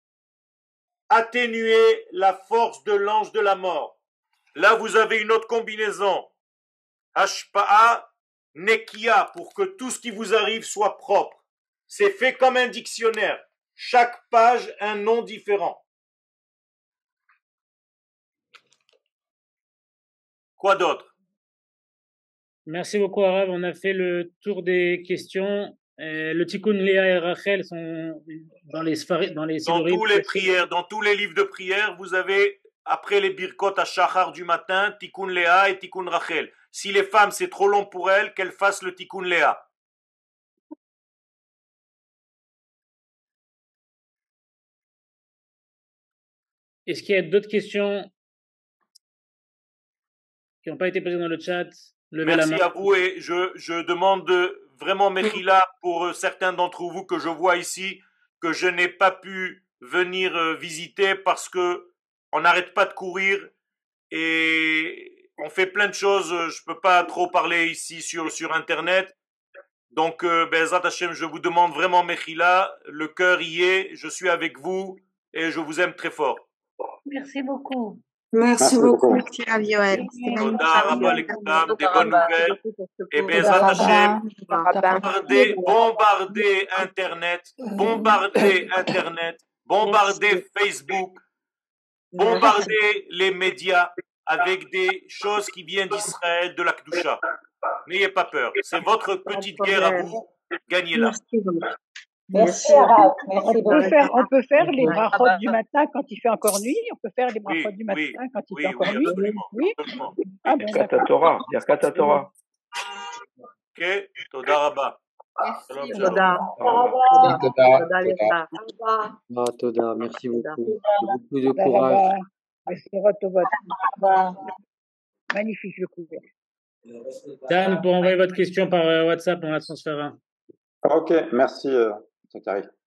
A: atténuer la force de l'ange de la mort. Là vous avez une autre combinaison Hashpa'a Nekia, pour que tout ce qui vous arrive soit propre. C'est fait comme un dictionnaire. Chaque page, un nom différent. Quoi d'autre?
B: Merci beaucoup, Arav. On a fait le tour des questions. Le Tikkun Léa et Rachel sont dans les
A: Dans
B: sidurim.
A: tous les prières, dans tous les livres de prière, vous avez, après les birkot à Shachar du matin, Tikkun Léa et Tikkun Rachel. Si les femmes, c'est trop long pour elles, qu'elles fassent le Tikkun Léa.
B: Est-ce qu'il y a d'autres questions qui n'ont pas été posées dans le chat? Levez la main.
A: Merci à vous et je demande vraiment Mechila pour certains d'entre vous que je vois ici, que je n'ai pas pu venir visiter parce que on n'arrête pas de courir et on fait plein de choses. Je peux pas trop parler ici sur Internet. Donc, Bezrat Hashem, je vous demande vraiment Mechila, le cœur y est, je suis avec vous et je vous aime très fort.
C: Merci beaucoup. Merci beaucoup,
D: beaucoup.
C: petit Rav Yoel. C'était magnifique.
A: Toda Rabba Lekoulam, des bonnes nouvelles. Et
E: Toda
A: Bezrat
E: rabba.
A: Hashem,
C: Rabba.
A: bombardez Internet, bombardez Internet, bombardez Facebook, bombardez les médias avec des choses qui viennent d'Israël, de la Kdusha. N'ayez pas peur, c'est votre petite guerre à vous, gagnez-la.
E: Merci Arav,
D: On
E: merci
D: peut
E: beaucoup.
D: on peut faire les brachot du matin quand il fait encore nuit. On peut faire les brachot
A: Oui,
D: du matin
A: oui,
D: quand il fait
A: oui,
D: encore
A: oui,
D: nuit.
A: absolument.
D: Oui.
A: absolument.
D: Ah bon,
F: Birkat
D: d'accord.
F: Torah, Birkat Torah.
A: Ok, Toda Rabba. Shalom, shalom.
G: Toda.
H: Toda.
G: Toda.
H: Toda. Merci
G: Toda.
H: beaucoup. Beaucoup de
D: Toda
H: courage.
D: rabba. Bessirot tovot.
E: Rabba.
D: Magnifique le couvert.
B: Dan, pour envoyer votre question par WhatsApp, on la transférera.
F: Ok, merci, Zakari.